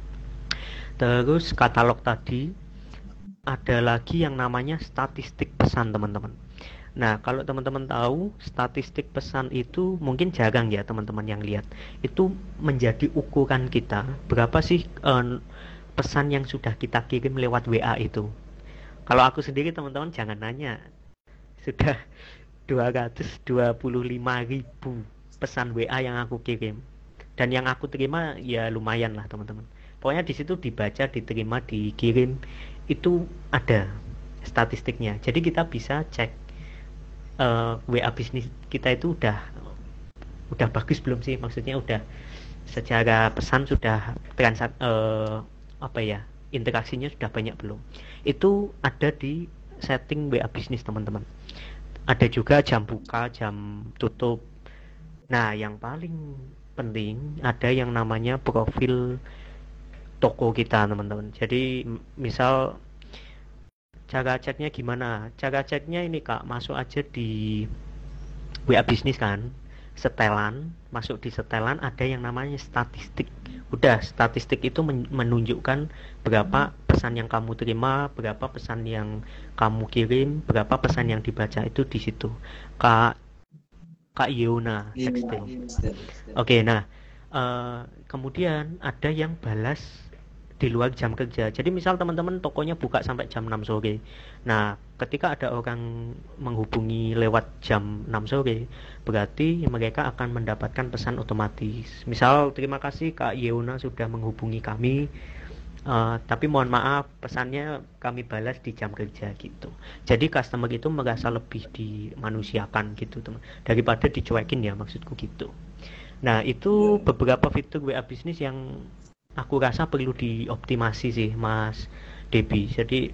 Terus katalog tadi ada lagi yang namanya statistik pesan, teman-teman. Nah, kalau teman-teman tahu statistik pesan itu mungkin jarang ya teman-teman yang lihat. Itu menjadi ukuran kita berapa sih eh, pesan yang sudah kita kirim lewat W A itu. Kalau aku sendiri teman-teman jangan nanya, sudah dua ratus dua puluh lima ribu pesan W A yang aku kirim. dan yang aku terima ya lumayan lah teman-teman. Pokoknya di situ dibaca, diterima, dikirim itu ada statistiknya. Jadi kita bisa cek uh, W A bisnis kita itu udah udah bagus belum sih, maksudnya udah secara pesan sudah transak uh, apa ya interaksinya sudah banyak belum. Itu ada di setting W A bisnis teman-teman. Ada juga jam buka, jam tutup. Nah yang paling penting ada yang namanya profil toko kita teman-teman. Jadi misal cara ceknya gimana? Cara ceknya ini Kak, masuk aja di W A bisnis kan, setelan, masuk di setelan ada yang namanya statistik. Udah, statistik itu menunjukkan berapa pesan yang kamu terima, berapa pesan yang kamu kirim, berapa pesan yang dibaca itu di situ. Kak Kak Yona Tekstil. Oke, nah uh, kemudian ada yang balas di luar jam kerja. Jadi misal teman-teman tokonya buka sampai jam enam sore. Nah, ketika ada orang menghubungi lewat jam enam sore, berarti mereka akan mendapatkan pesan otomatis. Misal, terima kasih Kak Yeona sudah menghubungi kami. Uh, tapi mohon maaf, pesannya kami balas di jam kerja gitu. Jadi customer itu merasa lebih dimanusiakan gitu, teman. Daripada dicuekin ya, maksudku gitu. Nah, itu beberapa fitur W A bisnis yang aku rasa perlu dioptimasi sih Mas Debi. Jadi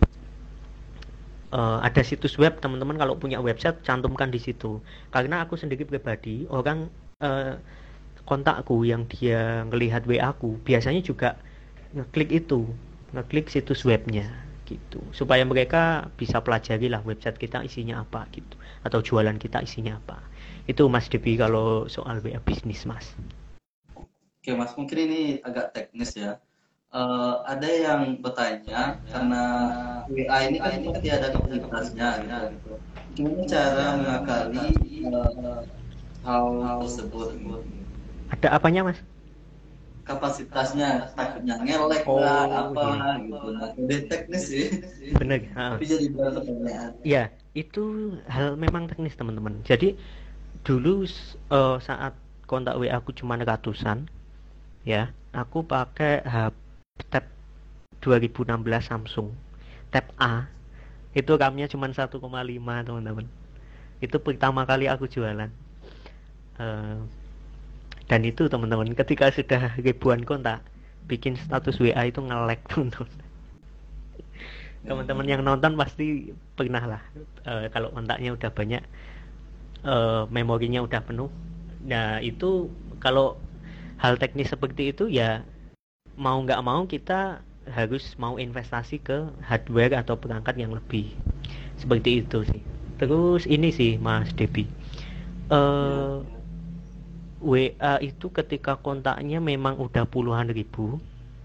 uh, ada situs web teman-teman, kalau punya website cantumkan di situ. Karena aku sendiri pribadi orang uh, kontakku yang dia ngelihat W A aku biasanya juga ngeklik itu, ngeklik situs webnya gitu. Supaya mereka bisa pelajari lah website kita isinya apa gitu, atau jualan kita isinya apa. Itu Mas Debi kalau soal W A bisnis Mas. Oke Mas, mungkin ini agak teknis ya. Uh, ada yang bertanya karena W A ini kan pasti ada kapasitasnya gitu. Gimana cara mengakali uh, hal tersebut? Ada apanya Mas? Kapasitasnya, takutnya ngelek oh, lah apa iya. gitu. Nah, udah teknis sih. Bener. Tapi jadi pertanyaan. Ya, itu hal memang teknis teman-teman. Jadi dulu uh, saat kontak W A aku cuma ratusan. Ya, aku pakai H P Tab dua ribu enam belas Samsung Tab A. Itu RAM-nya cuma satu koma lima teman-teman. Itu pertama kali aku jualan. Uh, dan itu teman-teman, ketika sudah ribuan kontak, bikin status W A itu nge-lag teman-teman. Teman-teman yang nonton pasti pernah lah. Uh, kalau kontaknya udah banyak, uh, memorinya udah penuh. Nah itu kalau hal teknis seperti itu ya mau nggak mau kita harus mau investasi ke hardware atau perangkat yang lebih seperti itu sih. Terus ini sih Mas Debi, uh, W A itu ketika kontaknya memang udah puluhan ribu,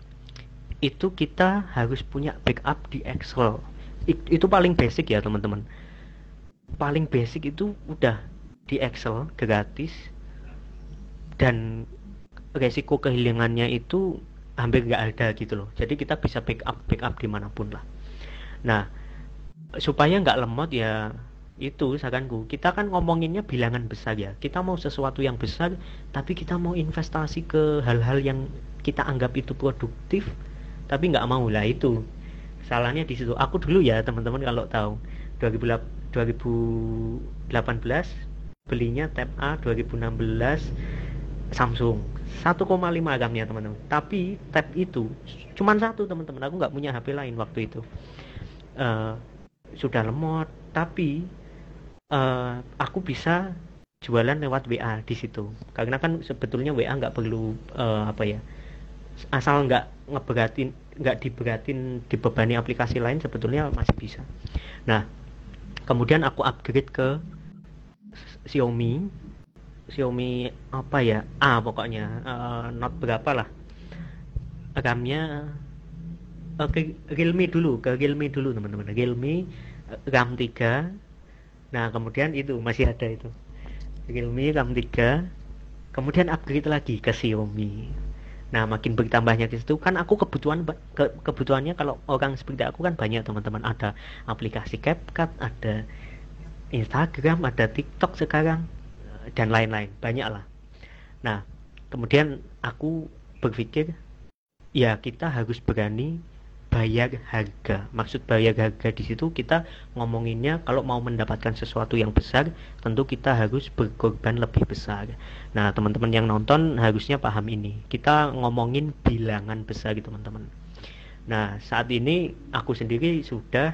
itu kita harus punya backup di Excel. Itu paling basic ya teman-teman. Paling basic itu udah di Excel gratis, dan resiko kehilangannya itu hampir nggak ada gitu loh. Jadi kita bisa backup backup dimanapun lah. Nah, supaya nggak lemot ya itu saranku, kita kan ngomonginnya bilangan besar ya. Kita mau sesuatu yang besar, tapi kita mau investasi ke hal-hal yang kita anggap itu produktif, tapi nggak mau lah, itu salahnya di situ. Aku dulu ya teman-teman kalau tahu dua ribu delapan belas belinya Tab A, dua ribu enam belas Samsung satu koma lima RAM-nya teman-teman. Tapi tab itu cuma satu teman-teman. Aku nggak punya H P lain waktu itu. Uh, sudah lemot, tapi uh, aku bisa jualan lewat W A di situ. Karena kan sebetulnya W A nggak perlu uh, apa ya, asal nggak ngeberatin, nggak diberatin dibebani aplikasi lain, sebetulnya masih bisa. Nah, kemudian aku upgrade ke Xiaomi. Xiaomi apa ya, A pokoknya, uh, Note berapa lah RAM-nya, uh, ke Realme dulu ke Realme dulu teman-teman. Realme uh, RAM tiga. Nah kemudian itu masih ada itu Realme RAM tiga, kemudian upgrade lagi ke Xiaomi. Nah makin bertambahnya di situ kan aku kebutuhan ke, kebutuhannya kalau orang seperti aku kan banyak teman-teman. Ada aplikasi CapCut, ada Instagram, ada TikTok sekarang, dan lain-lain, banyak lah. Nah Kemudian aku berpikir, ya kita harus berani bayar harga. Maksud bayar harga di situ kita ngomonginnya kalau mau mendapatkan sesuatu yang besar, tentu kita harus berkorban lebih besar. Nah, teman-teman yang nonton harusnya paham ini. Kita ngomongin bilangan besar, teman-teman. Nah, saat ini aku sendiri sudah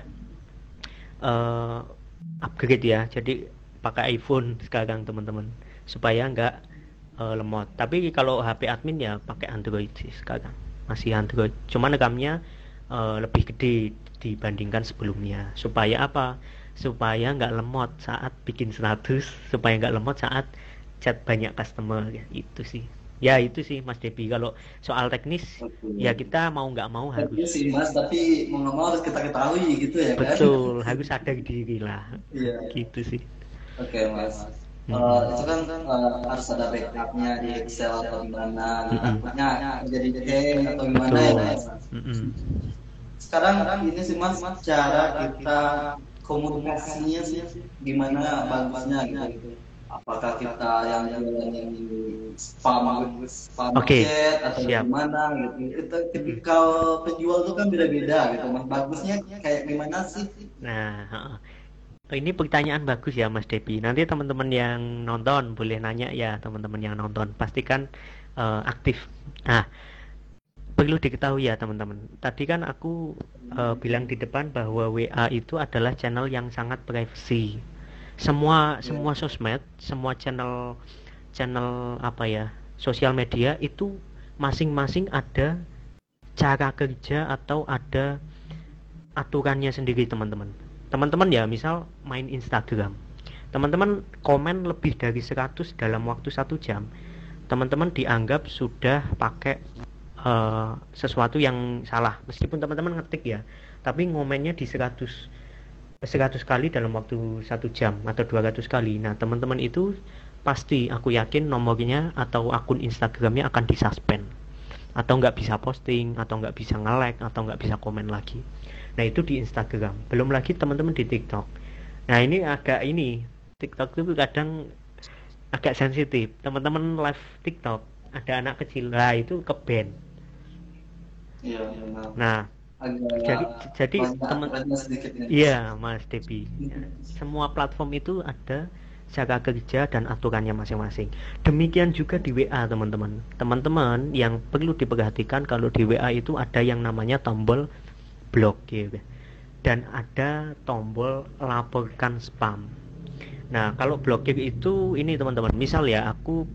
uh, upgrade ya. Jadi pakai iPhone sekarang, teman-teman, supaya nggak uh, lemot. Tapi kalau H P admin ya pakai Android sih sekarang. Masih Android. Cuman RAM-nya Uh, lebih gede dibandingkan sebelumnya. Supaya apa? Supaya nggak lemot saat bikin status, supaya nggak lemot saat chat banyak customer. Ya, itu sih. Ya itu sih Mas Debi. Kalau soal teknis, okay, ya kita mau nggak mau harus. Iya sih Mas, tapi mau nggak mau harus kita ketahui gitu ya kan? Betul, harus sadar diri lah. Iya. Gitu sih. Oke okay, Mas. Hmm. Uh, itu kan uh, harus ada backupnya di Excel atau gimana, takutnya hmm. jadi hang atau gimana. Betul. Ya Mas. Hmm. Sekarang ini sih Mas, mas cara kita komunikasinya sih gimana bagusnya gitu. Apakah kita yang jualan yang spam spam okay, chat atau siap. Gimana gitu. Itu tipikal penjual itu kan beda-beda gitu Mas. Bagusnya kayak gimana sih? Nah, ini pertanyaan bagus ya Mas Debi. Nanti teman-teman yang nonton boleh nanya ya, teman-teman yang nonton pastikan uh, aktif. Nah, perlu diketahui ya teman-teman. Tadi kan aku uh, bilang di depan bahwa W A itu adalah channel yang sangat privacy. Semua yeah. semua sosmed, semua channel channel apa ya, sosial media itu masing-masing ada cara kerja atau ada aturannya sendiri, teman-teman. Teman-teman ya, misal main Instagram. Teman-teman komen lebih dari seratus dalam waktu satu jam. Teman-teman dianggap sudah pakai Uh, sesuatu yang salah, meskipun teman-teman ngetik ya, tapi ngomennya di seratus kali dalam waktu satu jam atau dua ratus kali. Nah, teman-teman itu pasti aku yakin nomornya atau akun Instagramnya akan disuspend, atau nggak bisa posting, atau nggak bisa nge-like, atau nggak bisa komen lagi. Nah, itu di Instagram. Belum lagi teman-teman di TikTok. Nah, ini agak ini TikTok itu kadang agak sensitif. Teman-teman live TikTok ada anak kecil, lah itu ke-ban. Ya, nah, agak jadi jadi teman, iya Mas Debi, ya, semua platform itu ada cara kerja dan aturannya masing-masing. Demikian juga di W A, teman-teman. Teman-teman yang perlu diperhatikan, kalau di W A itu ada yang namanya tombol blokir dan ada tombol laporkan spam. Nah, kalau blokir itu ini teman-teman, misal ya aku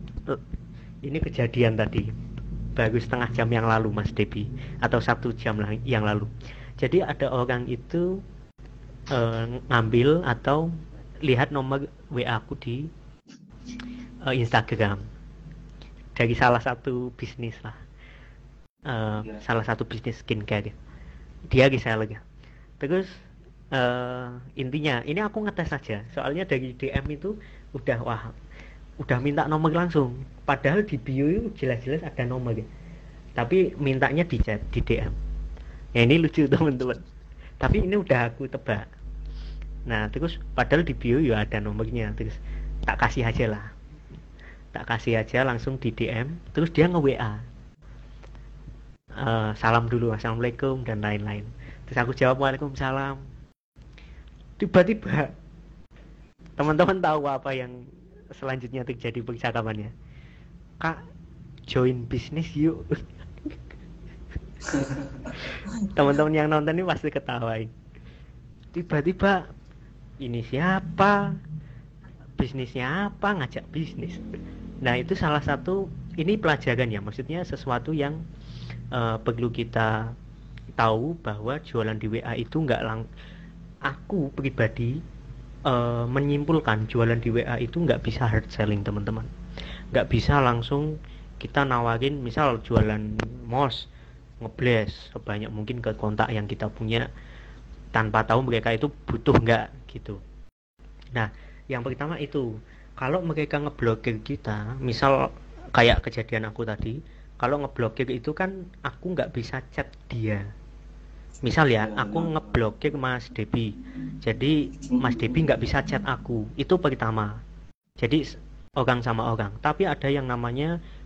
ini kejadian tadi baru setengah jam yang lalu Mas Debi, atau satu jam yang lalu. Jadi ada orang itu uh, ngambil atau lihat nomor W A aku di uh, Instagram dari salah satu bisnis lah, uh, ya. salah satu bisnis skincare. Dia reseller. Terus uh, intinya ini aku ngetes saja, soalnya dari D M itu udah wah udah minta nomor langsung, padahal di bio itu jelas-jelas ada nomor ya. Tapi mintanya di chat, di D M. Ya ini lucu teman-teman. Tapi ini udah aku tebak. Nah, terus padahal di bio ya ada nomornya, terus tak kasih aja lah. Tak kasih aja langsung di D M, terus dia nge-W A. Uh, salam dulu, assalamualaikum dan lain-lain. Terus aku jawab waalaikumsalam. Tiba-tiba teman-teman tahu apa yang selanjutnya terjadi percakapannya? Kak, join bisnis yuk. Teman-teman yang nonton ini pasti ketawain. Tiba-tiba ini siapa? Bisnisnya apa? Ngajak bisnis. Nah, itu salah satu, ini pelajaran ya, maksudnya sesuatu yang uh, perlu kita tahu, bahwa jualan di W A itu nggak lang. Aku pribadi Uh, menyimpulkan jualan di W A itu nggak bisa hard selling, teman-teman. Nggak bisa langsung kita nawarin, misal jualan mouse, ngebles sebanyak mungkin ke kontak yang kita punya tanpa tahu mereka itu butuh nggak gitu. Nah, yang pertama itu, kalau mereka ngeblokir kita, misal kayak kejadian aku tadi, kalau ngeblokir itu kan aku nggak bisa chat dia. Misal ya, aku ngeblokir Mas Debi, jadi Mas Debi nggak bisa chat aku. Itu pertama. Jadi orang sama orang. Tapi ada yang namanya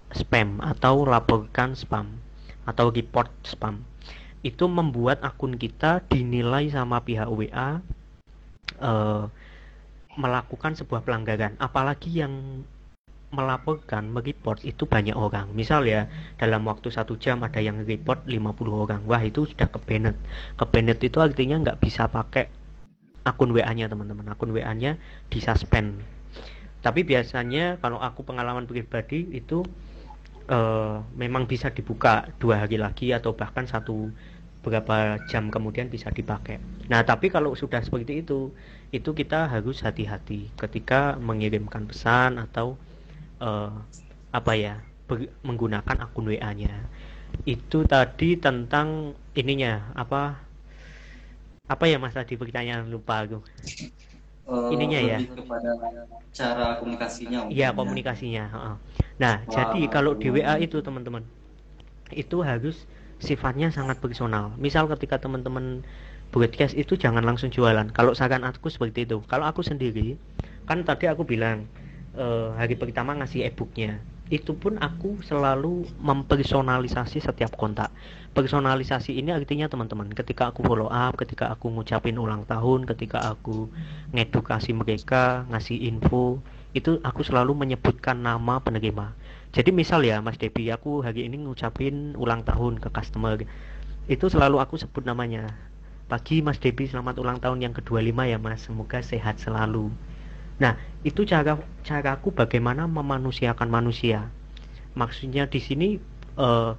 spam atau laporkan spam atau report spam. Itu membuat akun kita dinilai sama pihak W A eh, melakukan sebuah pelanggaran. Apalagi yang melaporkan, mereport itu banyak orang. Misal ya, dalam waktu satu jam ada yang report lima puluh orang. Wah, itu sudah kebanet. Kebanet itu artinya nggak bisa pakai akun W A-nya teman-teman. Akun W A-nya disuspend. Tapi biasanya kalau aku pengalaman pribadi itu uh, memang bisa dibuka dua hari lagi atau bahkan satu beberapa jam kemudian bisa dipakai. Nah, tapi kalau sudah seperti itu, itu kita harus hati-hati ketika mengirimkan pesan atau uh, apa ya, ber- menggunakan akun W A-nya. Itu tadi tentang ininya apa apa ya Mas tadi pertanyaan, lupa aku. Uh, Ininya ya. Lebih kepada cara komunikasinya. Iya, komunikasinya. Heeh. Nah, Wah, jadi kalau di W A itu teman-teman, itu harus sifatnya sangat personal. Misal ketika teman-teman broadcast itu jangan langsung jualan. Kalau saran aku seperti itu. Kalau aku sendiri, kan tadi aku bilang eh, hari pertama ngasih e-booknya. Itu pun aku selalu mempersonalisasi setiap kontak. Personalisasi ini artinya teman-teman, ketika aku follow up, ketika aku ngucapin ulang tahun, ketika aku ngedukasi mereka, ngasih info, itu aku selalu menyebutkan nama penerima. Jadi misal ya Mas Debi, aku hari ini ngucapin ulang tahun ke customer, itu selalu aku sebut namanya. Pagi Mas Debi, selamat ulang tahun yang kedua puluh lima ya Mas, semoga sehat selalu. Nah, itu cara caraku bagaimana memanusiakan manusia. Maksudnya di sini eh,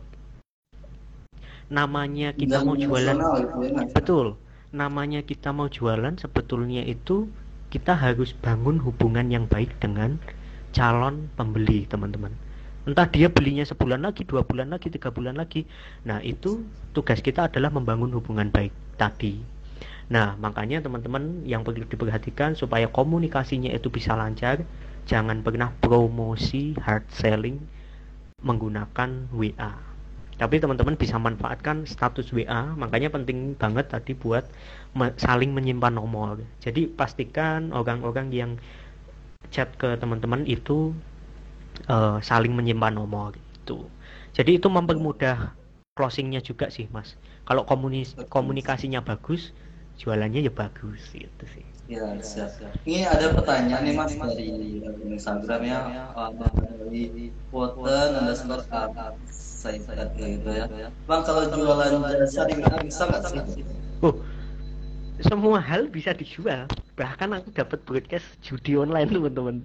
namanya kita mau jualan, betul. Namanya kita mau jualan sebetulnya itu kita harus bangun hubungan yang baik dengan calon pembeli, teman-teman. Entah dia belinya sebulan lagi, dua bulan lagi, tiga bulan lagi. Nah, itu tugas kita adalah membangun hubungan baik tadi. Nah, makanya teman-teman yang perlu diperhatikan supaya komunikasinya itu bisa lancar, jangan pernah promosi hard selling menggunakan W A. Tapi teman-teman bisa manfaatkan status W A, makanya penting banget tadi buat me- saling menyimpan nomor. Jadi pastikan orang-orang yang chat ke teman-teman itu uh, saling menyimpan nomor itu. Jadi itu mempermudah closingnya juga sih Mas. Kalau komunis- komunikasinya bagus, jualannya ya bagus gitu sih. Ya, siap, siap. Ini ada pertanyaan nih Mas dari Instagramnya uh, dari Quoten underscore art saya gitu ya. Bang, kalau jualan jasa di W A bisa nggak sih? Oh, semua hal bisa dijual. Bahkan aku dapat broadcast judi online teman-teman.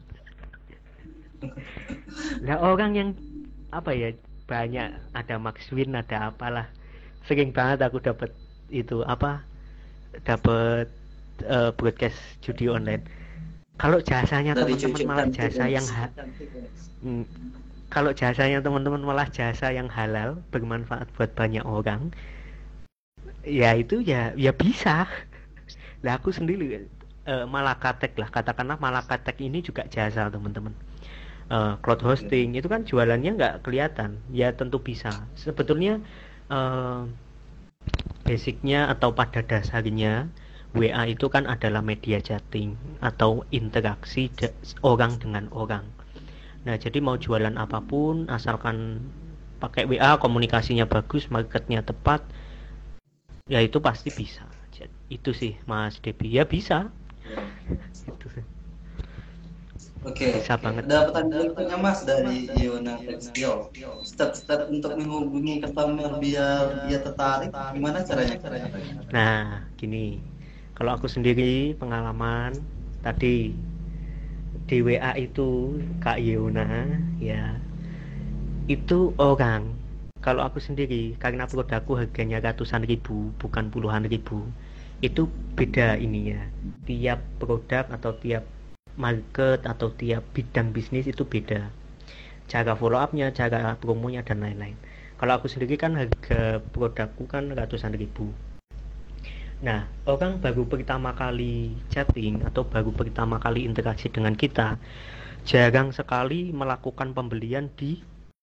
Nah, orang yang apa ya, banyak ada Max Win, ada apalah, sering banget aku dapat itu apa dapat uh, broadcast judi online. Kalau jasanya teman-teman malah jasa yang ha- hmm, kalau jasanya teman-teman malah jasa yang halal, bermanfaat buat banyak orang, ya itu ya ya bisa. Lah aku sendiri uh, Malakatek lah, katakanlah Malakatek ini juga jasa teman-teman. Uh, cloud hosting itu kan jualannya nggak kelihatan, ya tentu bisa. Sebetulnya uh, basicnya atau pada dasarnya W A itu kan adalah media chatting atau interaksi de- orang dengan orang. Nah, jadi mau jualan apapun asalkan pakai W A, komunikasinya bagus, marketnya tepat, ya itu pasti bisa. Jadi, itu sih Mas Debi, ya bisa. Itu sih. Oke, bisa banget. Ada pertanyaan berikutnya Mas dari Yona Tekstil. Step-step untuk menghubungi customer biar dia tertarik, gimana caranya? Nah, gini. Kalau aku sendiri pengalaman tadi di W A itu Kak Yona ya, itu orang. Kalau aku sendiri karena produkku harganya ratusan ribu bukan puluhan ribu, itu beda ininya. Tiap produk atau tiap market atau tiap bidang bisnis itu beda, cara follow upnya, cara promonya dan lain-lain. Kalau aku sendiri kan harga produkku kan ratusan ribu. Nah, orang baru pertama kali chatting atau baru pertama kali interaksi dengan kita, jarang sekali melakukan pembelian di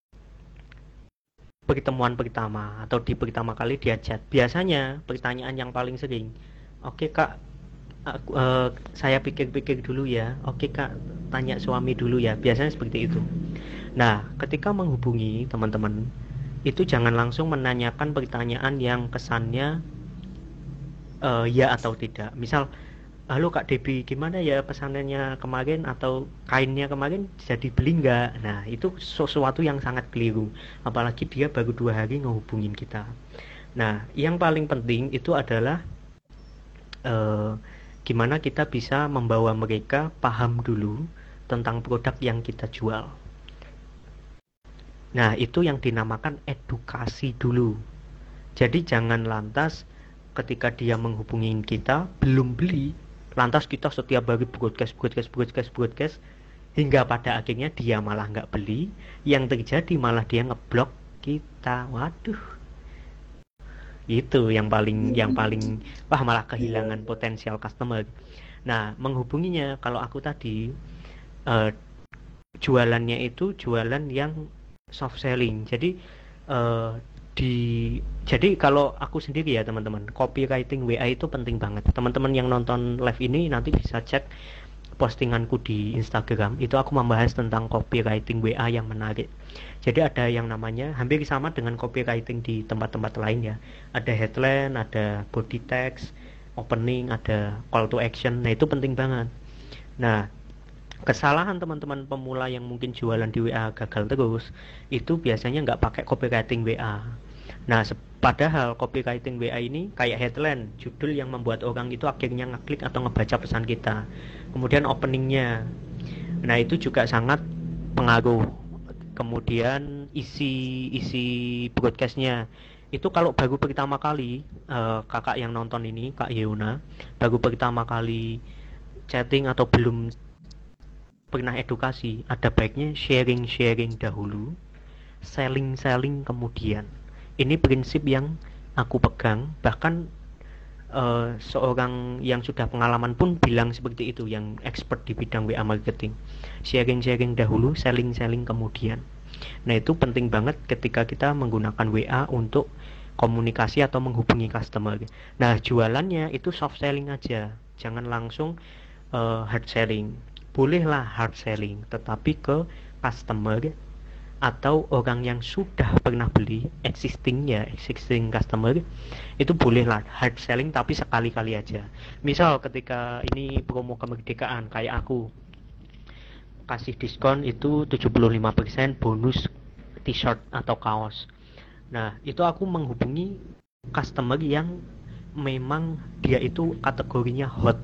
pertemuan pertama atau di pertama kali dia chat. Biasanya pertanyaan yang paling sering, oke kak, Aku, uh, saya pikir-pikir dulu ya. Oke kak, tanya suami dulu ya. Biasanya seperti itu. Nah, ketika menghubungi teman-teman, itu jangan langsung menanyakan pertanyaan yang kesannya uh, ya atau tidak. Misal, halo Kak Debi, gimana ya pesanannya kemarin atau kainnya kemarin jadi beli nggak? Nah, itu sesuatu yang sangat keliru. Apalagi dia baru dua hari ngehubungin kita. Nah, yang paling penting itu adalah uh, gimana kita bisa membawa mereka paham dulu tentang produk yang kita jual. Nah, itu yang dinamakan edukasi dulu. Jadi jangan lantas ketika dia menghubungi kita belum beli, lantas kita setiap hari broadcast, broadcast, broadcast, broadcast, hingga pada akhirnya dia malah nggak beli. Yang terjadi malah dia ngeblok kita. Waduh, itu yang paling yang paling wah malah kehilangan potensial customer. Nah, menghubunginya kalau aku tadi uh, jualannya itu jualan yang soft selling. Jadi uh, di jadi kalau aku sendiri ya teman-teman, copywriting W A itu penting banget. Teman-teman yang nonton live ini nanti bisa cek postinganku di Instagram. Itu aku membahas tentang copywriting W A yang menarik. Jadi ada yang namanya hampir sama dengan copywriting di tempat-tempat lain ya. Ada headline, ada body text, opening, ada call to action. Nah, itu penting banget. Nah, kesalahan teman-teman pemula yang mungkin jualan di W A gagal terus itu biasanya nggak pakai copywriting W A. Nah, padahal copywriting W A ini kayak headline, judul yang membuat orang itu akhirnya ngeklik atau ngebaca pesan kita. Kemudian openingnya, nah itu juga sangat pengaruh. Kemudian isi isi broadcastnya itu kalau baru pertama kali uh, kakak yang nonton ini, Kak Yeuna, baru pertama kali chatting atau belum pernah edukasi, ada baiknya sharing-sharing dahulu, selling-selling kemudian. Ini prinsip yang aku pegang, bahkan uh, seorang yang sudah pengalaman pun bilang seperti itu, yang expert di bidang W A marketing. Sharing-sharing dahulu, selling-selling kemudian. Nah, itu penting banget ketika kita menggunakan W A untuk komunikasi atau menghubungi customer. Nah, jualannya itu soft selling aja, jangan langsung uh, hard selling. Bolehlah hard selling, tetapi ke customer atau orang yang sudah pernah beli, existing ya, existing customer, itu bolehlah hard selling tapi sekali-kali aja. Misal ketika ini promo kemerdekaan kayak aku kasih diskon itu tujuh puluh lima persen bonus t-shirt atau kaos. Nah, itu aku menghubungi customer yang memang dia itu kategorinya hot.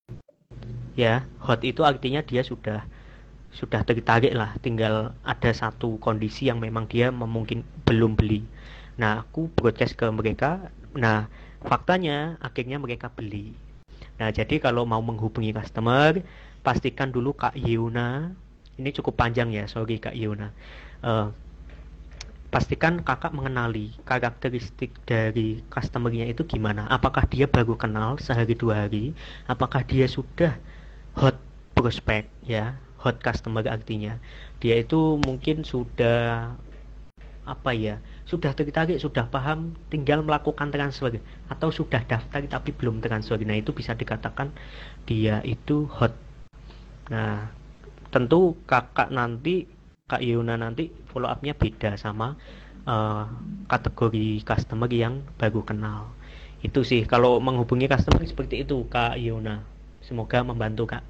Ya, hot itu artinya dia sudah sudah tertarik lah, tinggal ada satu kondisi yang memang dia mungkin belum beli. Nah, aku broadcast ke mereka. Nah, faktanya akhirnya mereka beli. Nah, jadi kalau mau menghubungi customer, pastikan dulu Kak Yeuna, ini cukup panjang ya, sorry Kak Yeuna. Uh, pastikan kakak mengenali karakteristik dari customernya itu gimana. Apakah dia baru kenal sehari dua hari? Apakah dia sudah hot prospect ya, hot customer artinya dia itu mungkin sudah apa ya, sudah tertarik, sudah paham, tinggal melakukan transfer, atau sudah daftar tapi belum transfer. Nah, itu bisa dikatakan dia itu hot. Nah, tentu kakak nanti Kak Yuna nanti follow up-nya beda sama uh, kategori customer yang baru kenal. Itu sih kalau menghubungi customer seperti itu Kak Yuna. Semoga membantu Kak.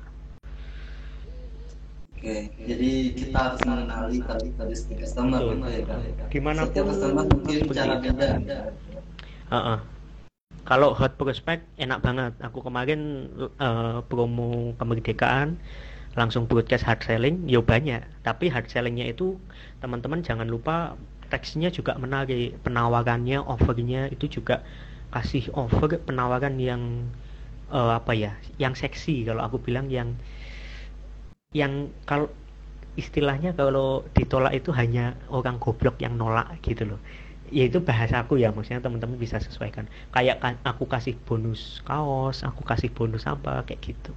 Oke, jadi kita harus mengenali karakteristik customer gitu ya Kak. Gimana setiap customer mungkin cara beda. Uh-uh. Kalau hot prospect enak banget. Aku kemarin uh, promo kemerdekaan langsung broadcast hard selling, ya banyak. Tapi hard sellingnya itu teman-teman jangan lupa teksnya juga menarik, penawarannya, offernya itu juga kasih offer penawaran yang uh, apa ya, yang seksi. Kalau aku bilang yang yang kalau istilahnya kalau ditolak itu hanya orang goblok yang nolak gitu loh. Ya itu bahasa aku ya, maksudnya teman-teman bisa sesuaikan. Kayak aku kasih bonus kaos, aku kasih bonus apa kayak gitu.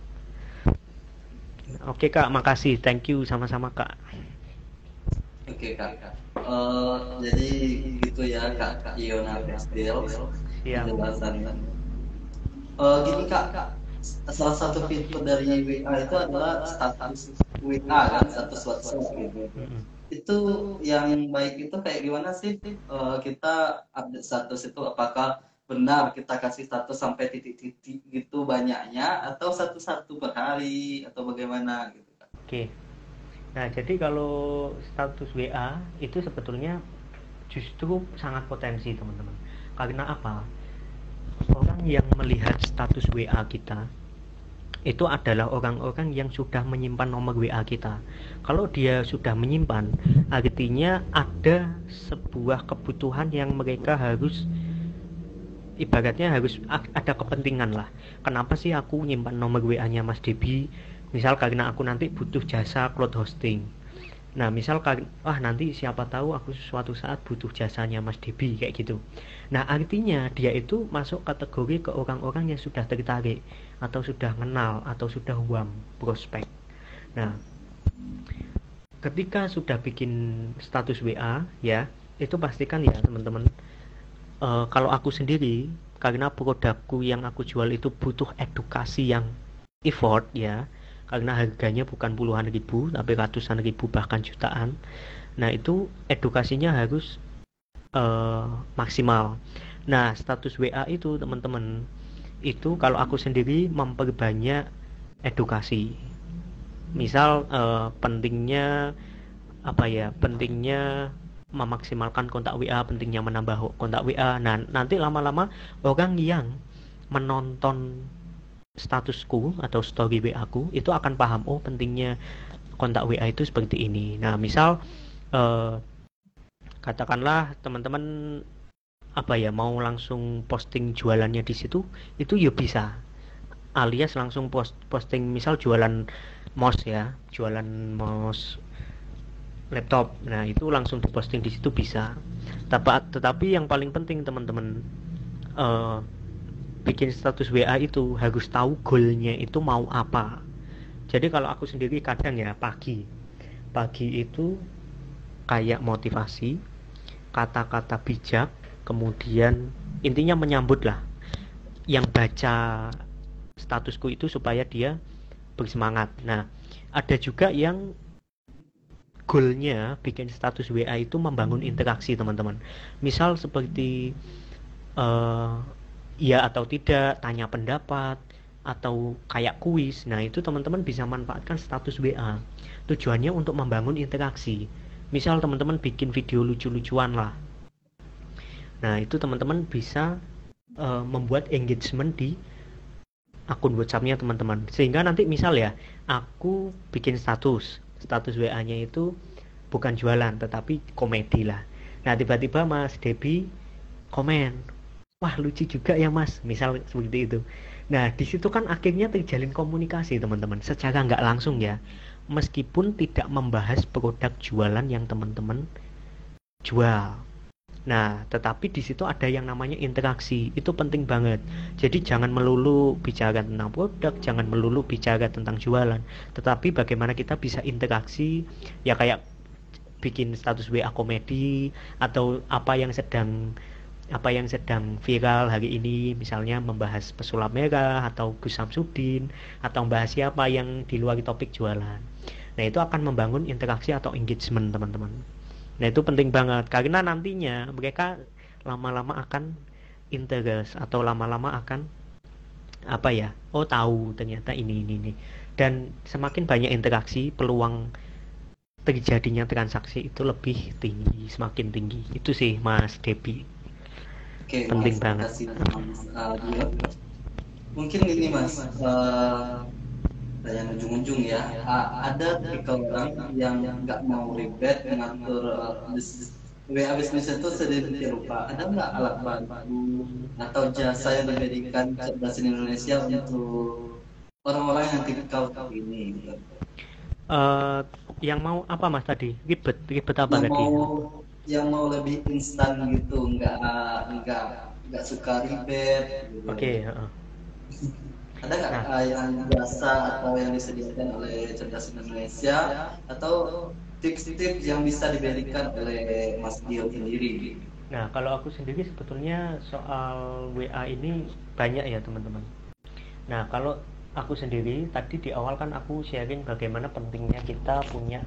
Oke Kak, makasih, thank you, sama-sama Kak. Oke Kak, uh, jadi gitu ya Kak Iona Prestil penjelasan. Uh, gini Kak, salah satu fitur dari W A itu adalah status W A kan, status WhatsApp gitu. Mm-hmm. Itu yang baik itu kayak gimana sih uh, kita update status itu, apakah benar kita kasih status sampai titik-titik gitu banyaknya atau satu-satu per hari atau bagaimana gitu kan? Oke. Nah, jadi kalau status W A itu sebetulnya justru sangat potensi teman-teman. Karena apa? Orang yang melihat status W A kita itu adalah orang-orang yang sudah menyimpan nomor W A kita. Kalau dia sudah menyimpan, artinya ada sebuah kebutuhan yang mereka harus, ibaratnya harus ada kepentingan lah. Kenapa sih aku nyimpan nomor W A-nya Mas Debi? Misal karena aku nanti butuh jasa cloud hosting. Nah, misal wah nanti siapa tahu aku suatu saat butuh jasanya Mas Debi kayak gitu. Nah, artinya dia itu masuk kategori ke orang-orang yang sudah tertarik atau sudah kenal atau sudah warm prospek. Nah, ketika sudah bikin status W A ya, itu pastikan ya teman-teman, uh, kalau aku sendiri karena produkku yang aku jual itu butuh edukasi yang effort ya, karena harganya bukan puluhan ribu tapi ratusan ribu bahkan jutaan. Nah, itu edukasinya harus uh, maksimal. Nah, status W A itu teman-teman, itu kalau aku sendiri memperbanyak edukasi. Misal uh, pentingnya apa ya, pentingnya memaksimalkan kontak W A, pentingnya menambah kontak W A. Nah, nanti lama-lama orang yang menonton statusku atau story W A ku itu akan paham, oh pentingnya kontak W A itu seperti ini. Nah, misal eh, katakanlah teman-teman apa ya mau langsung posting jualannya di situ, itu ya bisa. Alias langsung post posting misal jualan mouse ya, jualan mouse laptop. Nah, itu langsung diposting di situ bisa. Tetapi, tetapi yang paling penting teman-teman, eh, bikin status W A itu harus tahu goalnya itu mau apa. Jadi kalau aku sendiri kadang ya pagi pagi itu kayak motivasi, kata-kata bijak, kemudian intinya menyambut lah yang baca statusku itu supaya dia bersemangat. Nah, ada juga yang goalnya bikin status W A itu membangun interaksi teman-teman. Misal seperti uh, iya atau tidak, tanya pendapat, atau kayak kuis. Nah, itu teman-teman bisa manfaatkan status W A. Tujuannya untuk membangun interaksi. Misal teman-teman bikin video lucu-lucuan lah. Nah, itu teman-teman bisa uh, membuat engagement di akun WhatsApp-nya teman-teman. Sehingga nanti misal ya, aku bikin status. Status W A-nya itu bukan jualan, tetapi komedi lah. Nah, tiba-tiba Mas Debi komen, wah lucu juga ya Mas, misal seperti itu. Nah, di situ kan akhirnya terjalin komunikasi teman-teman, secara nggak langsung ya, meskipun tidak membahas produk jualan yang teman-teman jual. Nah, tetapi di situ ada yang namanya interaksi, itu penting banget. Jadi jangan melulu bicara tentang produk, jangan melulu bicara tentang jualan, tetapi bagaimana kita bisa interaksi, ya kayak bikin status W A komedi atau apa yang sedang apa yang sedang viral hari ini, misalnya membahas pesulap merah atau Gus Samsudin atau membahas siapa yang di luar topik jualan. Nah, itu akan membangun interaksi atau engagement teman-teman. Nah, itu penting banget karena nantinya mereka lama-lama akan interest atau lama-lama akan apa ya, oh tahu ternyata ini ini ini. Dan semakin banyak interaksi, peluang terjadinya transaksi itu lebih tinggi, semakin tinggi. Itu sih Mas Debi. Oke, penting mas, banget. Mas, uh, mungkin ini Mas, uh, yang ujung-ujung ya, uh, ada tiga orang yang nggak mau ribet mengatur uh, bisnis W A bisnis itu sedemikian rupa. Ada nggak alat bantu atau jasa yang diberikan cerdasan Indonesia untuk orang-orang yang tipikal ini? Gitu? Uh, yang mau apa Mas tadi? Ribet, ribet apa yang tadi? Mau, yang mau lebih instan gitu, nggak nggak nggak suka ribet. Gitu. Oke. Okay, uh. Ada nggak nah. uh, yang jasa atau yang disediakan oleh Cerdasan Indonesia atau tips-tips yang bisa diberikan oleh Mas Dio sendiri? Nah, kalau aku sendiri sebetulnya soal W A ini banyak ya teman-teman. Nah, kalau aku sendiri tadi di awal kan aku sharing bagaimana pentingnya kita punya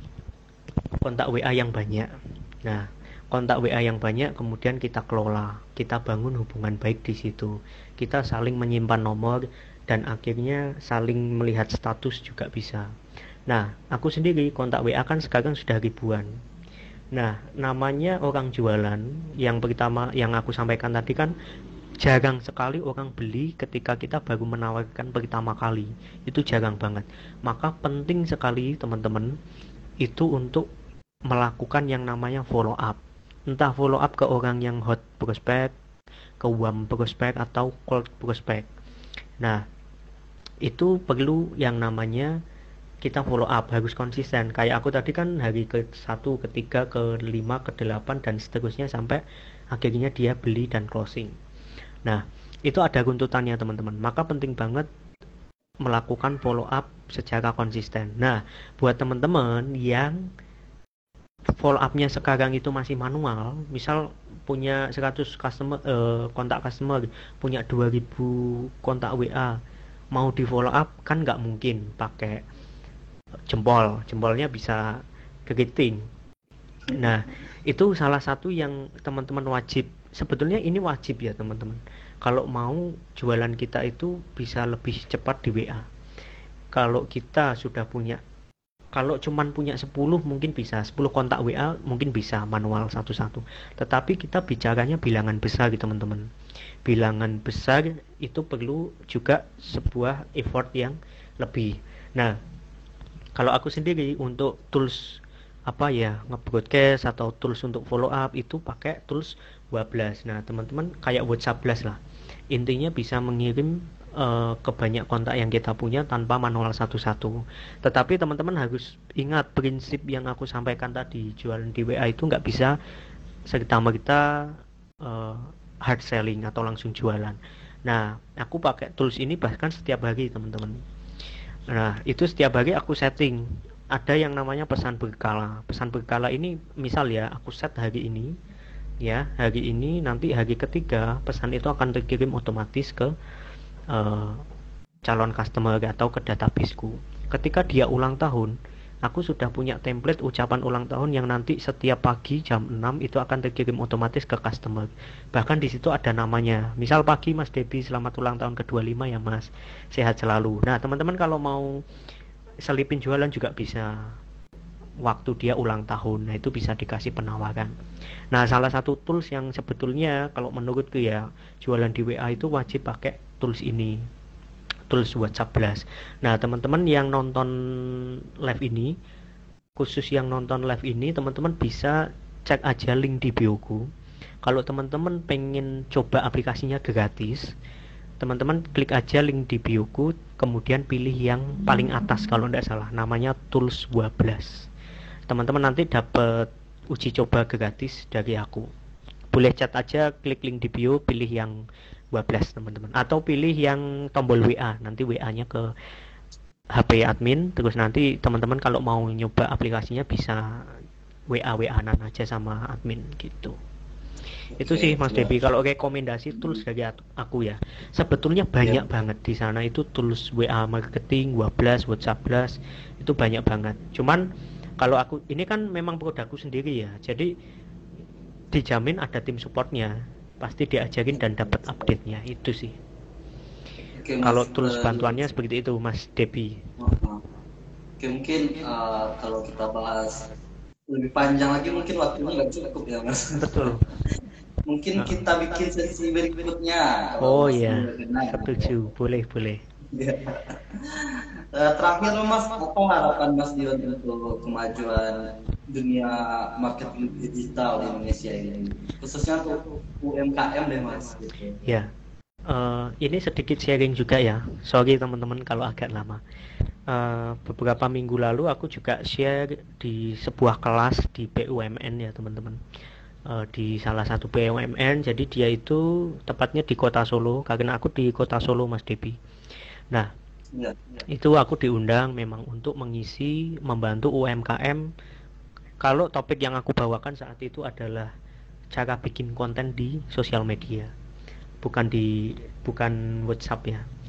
kontak W A yang banyak. Nah, kontak W A yang banyak kemudian kita kelola, kita bangun hubungan baik di situ. Kita saling menyimpan nomor dan akhirnya saling melihat status juga bisa. Nah, aku sendiri kontak W A kan sekarang sudah ribuan. Nah, namanya orang jualan, yang pertama yang aku sampaikan tadi kan jarang sekali orang beli ketika kita baru menawarkan pertama kali. Itu jarang banget. Maka penting sekali teman-teman itu untuk melakukan yang namanya follow up. Entah follow up ke orang yang hot prospect, ke warm prospect atau cold prospect. Nah, itu perlu yang namanya kita follow up, harus konsisten. Kayak aku tadi kan hari ke satu, ke tiga, ke lima, ke delapan dan seterusnya sampai akhirnya dia beli dan closing. Nah, itu ada runtutannya teman-teman. Maka penting banget melakukan follow up secara konsisten. Nah, buat teman-teman yang follow up-nya sekarang itu masih manual, misal punya seratus customer eh, kontak customer, punya dua ribu kontak W A, mau di follow up kan nggak mungkin pakai jempol, jempolnya bisa keriting. Nah, itu salah satu yang teman-teman wajib, sebetulnya ini wajib ya teman-teman, kalau mau jualan kita itu bisa lebih cepat di W A. Kalau kita sudah punya, kalau cuman punya sepuluh mungkin bisa, sepuluh kontak W A mungkin bisa manual satu-satu, tetapi kita bicaranya bilangan besar gitu teman-teman. Bilangan besar itu perlu juga sebuah effort yang lebih. Nah, kalau aku sendiri untuk tools apa ya, nge-broadcast atau tools untuk follow up itu pakai tools dua belas. Nah, teman-teman kayak WhatsApp Blast lah. Intinya bisa mengirim uh, ke banyak kontak yang kita punya tanpa manual satu-satu. Tetapi teman-teman harus ingat prinsip yang aku sampaikan tadi, jualan di W A itu nggak bisa serta-merta uh, hard selling atau langsung jualan. Nah, aku pakai tools ini bahkan setiap hari teman-teman. Nah, itu setiap hari aku setting. Ada yang namanya pesan berkala. Pesan berkala ini misal ya, aku set hari ini, ya, hari ini nanti hari ketiga pesan itu akan terkirim otomatis ke uh, calon customer atau ke databaseku. Ketika dia ulang tahun, aku sudah punya template ucapan ulang tahun yang nanti setiap pagi jam enam itu akan terkirim otomatis ke customer. Bahkan di situ ada namanya. Misal pagi Mas Debi, selamat ulang tahun ke dua puluh lima ya Mas. Sehat selalu. Nah, teman-teman kalau mau selipin jualan juga bisa. Waktu dia ulang tahun, nah itu bisa dikasih penawaran. Nah, salah satu tools yang sebetulnya kalau menurutku ya, jualan di W A itu wajib pakai tools ini. Tools WhatsApp Blast. Nah, teman-teman yang nonton live ini, khusus yang nonton live ini, teman-teman bisa cek aja link di bioku. Kalau teman-teman pengen coba aplikasinya gratis, teman-teman klik aja link di bioku, kemudian pilih yang paling atas kalau tidak salah, namanya Tools dua belas. Teman-teman nanti dapat uji coba gratis dari aku. Boleh chat aja, klik link di bio, pilih yang dua belas teman-teman, atau pilih yang tombol W A, nanti W A nya ke H P admin, terus nanti teman-teman kalau mau nyoba aplikasinya bisa W A W A-an aja sama admin gitu. Oke, itu sih Mas ya. Debi kalau rekomendasi tools dari aku ya, sebetulnya banyak ya. Banget di sana itu tools W A marketing, dua belas, WhatsApp Blast, itu banyak banget. Cuman kalau aku ini kan memang produkku sendiri ya, jadi dijamin ada tim supportnya, pasti diajarin dan dapat update-nya, itu sih. Oke, kalau tools bantuannya uh, seperti itu Mas Debi. Oke, mungkin uh, kalau kita bahas lebih panjang lagi mungkin waktunya nggak cukup ya Mas. Betul. Mungkin uh. kita bikin sesi berikutnya. Oh iya, setuju, boleh boleh. Uh, terakhir Mas, apa harapan Mas Dion untuk kemajuan dunia marketing digital di Indonesia ini, khususnya untuk U M K M deh Mas? Gitu. Ya, uh, ini sedikit sharing juga ya. Sorry teman-teman kalau agak lama. Uh, beberapa minggu lalu aku juga share di sebuah kelas di B U M N ya teman-teman. Uh, di salah satu B U M N, jadi dia itu tepatnya di kota Solo, karena aku di kota Solo Mas Debi. Nah, ya, ya. Itu aku diundang memang untuk mengisi, membantu U M K M. Kalau topik yang aku bawakan saat itu adalah cara bikin konten di sosial media, bukan di bukan WhatsApp ya.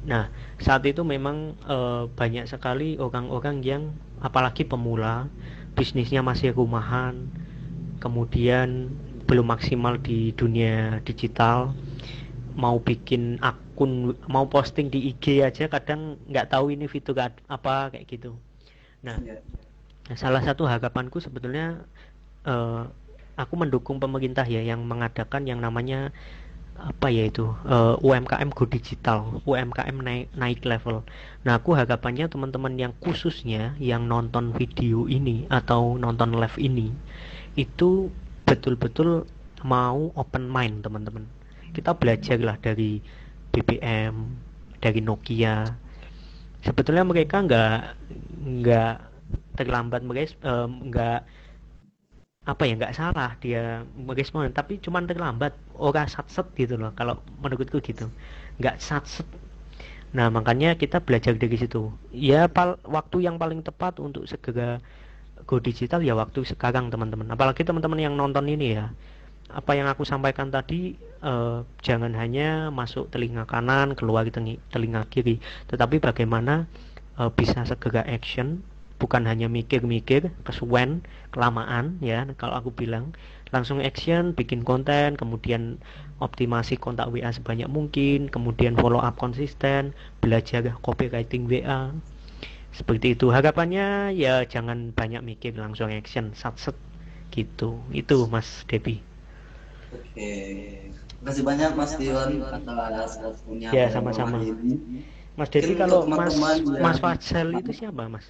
Nah, saat itu memang eh, banyak sekali orang-orang yang apalagi pemula, bisnisnya masih rumahan, kemudian belum maksimal di dunia digital, mau bikin akun, mau posting di I G aja kadang nggak tahu ini fitur apa kayak gitu. Nah, Ya. salah satu harapanku sebetulnya eh, aku mendukung pemerintah ya yang mengadakan yang namanya apa ya itu uh, U M K M Go Digital, U M K M naik naik level. Nah, aku harapannya teman-teman yang khususnya yang nonton video ini atau nonton live ini itu betul-betul mau open mind teman-teman. Kita belajarlah dari B B M, dari Nokia. Sebetulnya mereka nggak nggak terlambat, mereka uh, nggak apa ya nggak salah dia merespon tapi cuman terlambat ora satset gitu loh kalau menurutku gitu nggak satset. Nah, makanya kita belajar dari situ ya. Pal waktu yang paling tepat untuk segera go digital ya waktu sekarang teman-teman, apalagi teman-teman yang nonton ini ya. Apa yang aku sampaikan tadi eh, jangan hanya masuk telinga kanan keluar telinga kiri, tetapi bagaimana eh, bisa segera action, bukan hanya mikir-mikir kesuwen kelamaan ya. Kalau aku bilang langsung action, bikin konten, kemudian optimasi kontak W A sebanyak mungkin, kemudian follow up konsisten, belajar copywriting W A seperti itu. Harapannya ya jangan banyak mikir, langsung action, satset gitu. Itu Mas Debi. Oke, terima kasih banyak Mas Dion atas waktunya Ya, pada malam sama-sama. ini. Mas Mungkin Debi, untuk kalau Mas teman-teman Mas yang Fajal itu siapa, Mas?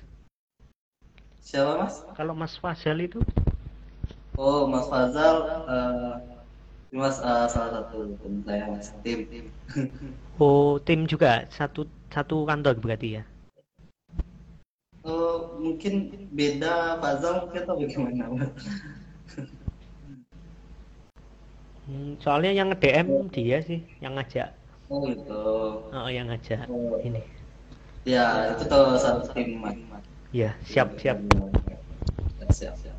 siapa Mas? Kalau Mas Fajal itu? Oh, Mas Fazal, eh, ini Mas eh, salah satu teman saya Mas tim. Oh, tim juga satu satu kantor berarti ya. Oh, mungkin beda Fazal mungkin atau bagaimana Mas? Hmm, soalnya yang nge-D M dia sih, yang ngajak. Oh gitu. Oh, yang ngajak Oh, ini. ya itu tuh satu tim Mas. Ya, siap-siap. Siap, siap.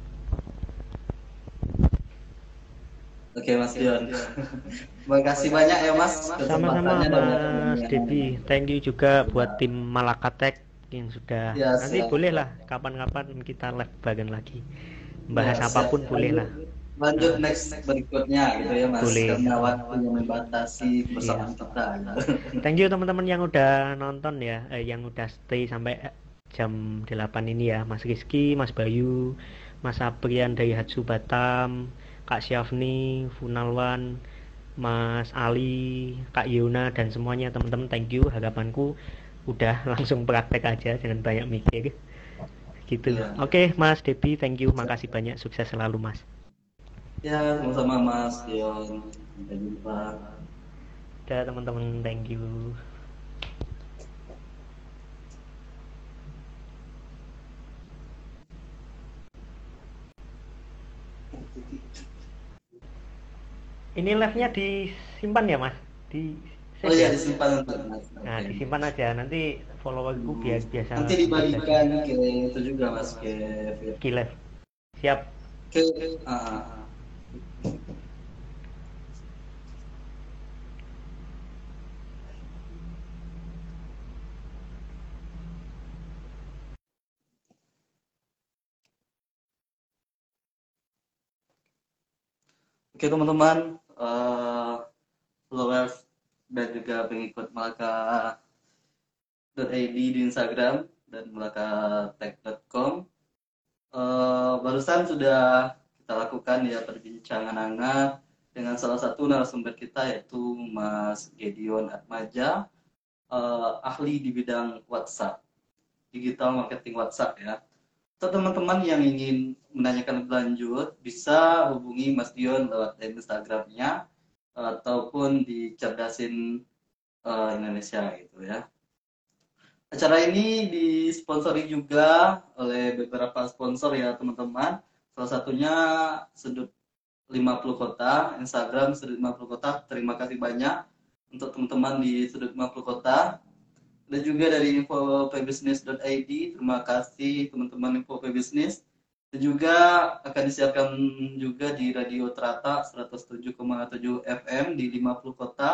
Oke Mas Dion. Terima kasih banyak ya Mas Sama-sama kesempatannya dan Mas waktunya. Debi. Thank you juga buat Ya, tim Malakatek yang sudah. ya Nanti siap. boleh lah kapan-kapan kita live bareng lagi. Ya Bahas siap. apapun boleh Lanjut, lah. lanjut Nah, next berikutnya gitu ya Mas. boleh. Karena waktu yang membatasi Siap. bersama kita. Gitu. Thank you teman-teman yang udah nonton ya, eh, yang udah stay sampai jam delapan ini ya. Mas Rizky, Mas Bayu, Mas Aprian dari Hatsu Batam, Kak Syafni, Funalwan, Mas Ali, Kak Yuna dan semuanya teman-teman, thank you. Harapanku udah langsung praktek aja, jangan banyak mikir. Gitu. Ya. Oke, Mas Debi, thank you. Makasih banyak, sukses selalu, Mas. Ya, sama-sama Mas Dion. Sampai jumpa. Udah teman-teman, thank you. Ini live-nya disimpan ya, Mas? Di Oh save iya ya? disimpan untuk Mas. Nah, Oke. disimpan aja. Nanti followerku Hmm. biar biasa Nanti dibagikan ke itu juga Mas ke ke live. Siap. ke ah, Oke teman-teman, uh, followers dan juga pengikut malaka.id di Instagram dan malakatek dot com. Uh, barusan sudah kita lakukan ya perbincangan hangat dengan salah satu narasumber kita yaitu Mas Gedion Atmaja, uh, ahli di bidang WhatsApp, digital marketing WhatsApp ya. Untuk teman-teman yang ingin menanyakan lebih lanjut, bisa hubungi Mas Dion lewat Instagramnya ataupun di Cerdasin uh, Indonesia gitu ya. Acara ini disponsori juga oleh beberapa sponsor ya teman-teman. Salah satunya Sudut lima puluh Kota, Instagram Sudut lima puluh Kota. Terima kasih banyak untuk teman-teman di Sudut lima puluh Kota. Dan juga dari info pebisnis dot i d, terima kasih teman-teman info pebisnis. Dan juga akan disiarkan juga di Radio Terata seratus tujuh koma tujuh F M di lima puluh kota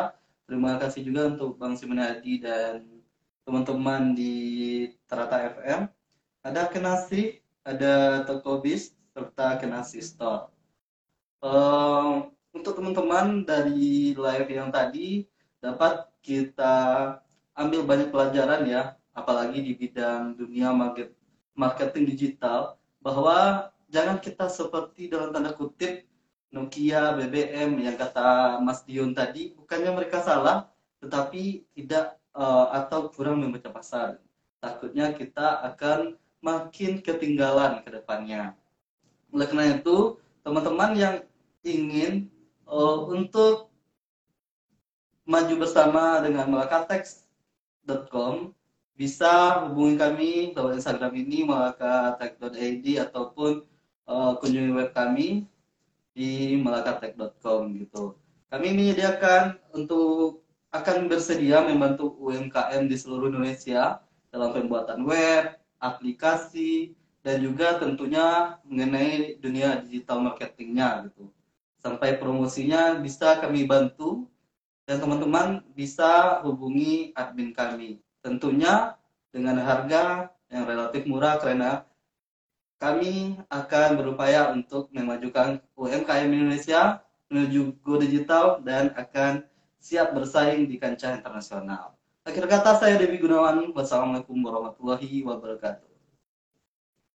Terima kasih juga untuk Bang Simenadi dan teman-teman di Terata F M. Ada Kenasi, ada Tokobis, serta Kenasi Store. Uh, untuk teman-teman dari live yang tadi, dapat kita ambil banyak pelajaran ya, apalagi di bidang dunia market, marketing digital, bahwa jangan kita seperti dalam tanda kutip Nokia, B B M yang kata Mas Dion tadi, bukannya mereka salah, tetapi tidak uh, atau kurang membaca pasar. Takutnya kita akan makin ketinggalan ke depannya. Oleh karena itu, teman-teman yang ingin uh, untuk maju bersama dengan malakatex dot com bisa hubungi kami lewat Instagram ini malakatex dot i d ataupun uh, kunjungi web kami di malakatex dot com gitu. Kami menyediakan untuk akan bersedia membantu U M K M di seluruh Indonesia dalam pembuatan web, aplikasi, dan juga tentunya mengenai dunia digital marketingnya gitu. Sampai promosinya bisa kami bantu dan teman-teman bisa hubungi admin kami. Tentunya dengan harga yang relatif murah karena kami akan berupaya untuk memajukan U M K M Indonesia menuju go digital dan akan siap bersaing di kancah internasional. Akhir kata saya Dewi Gunawan. Wassalamualaikum warahmatullahi wabarakatuh.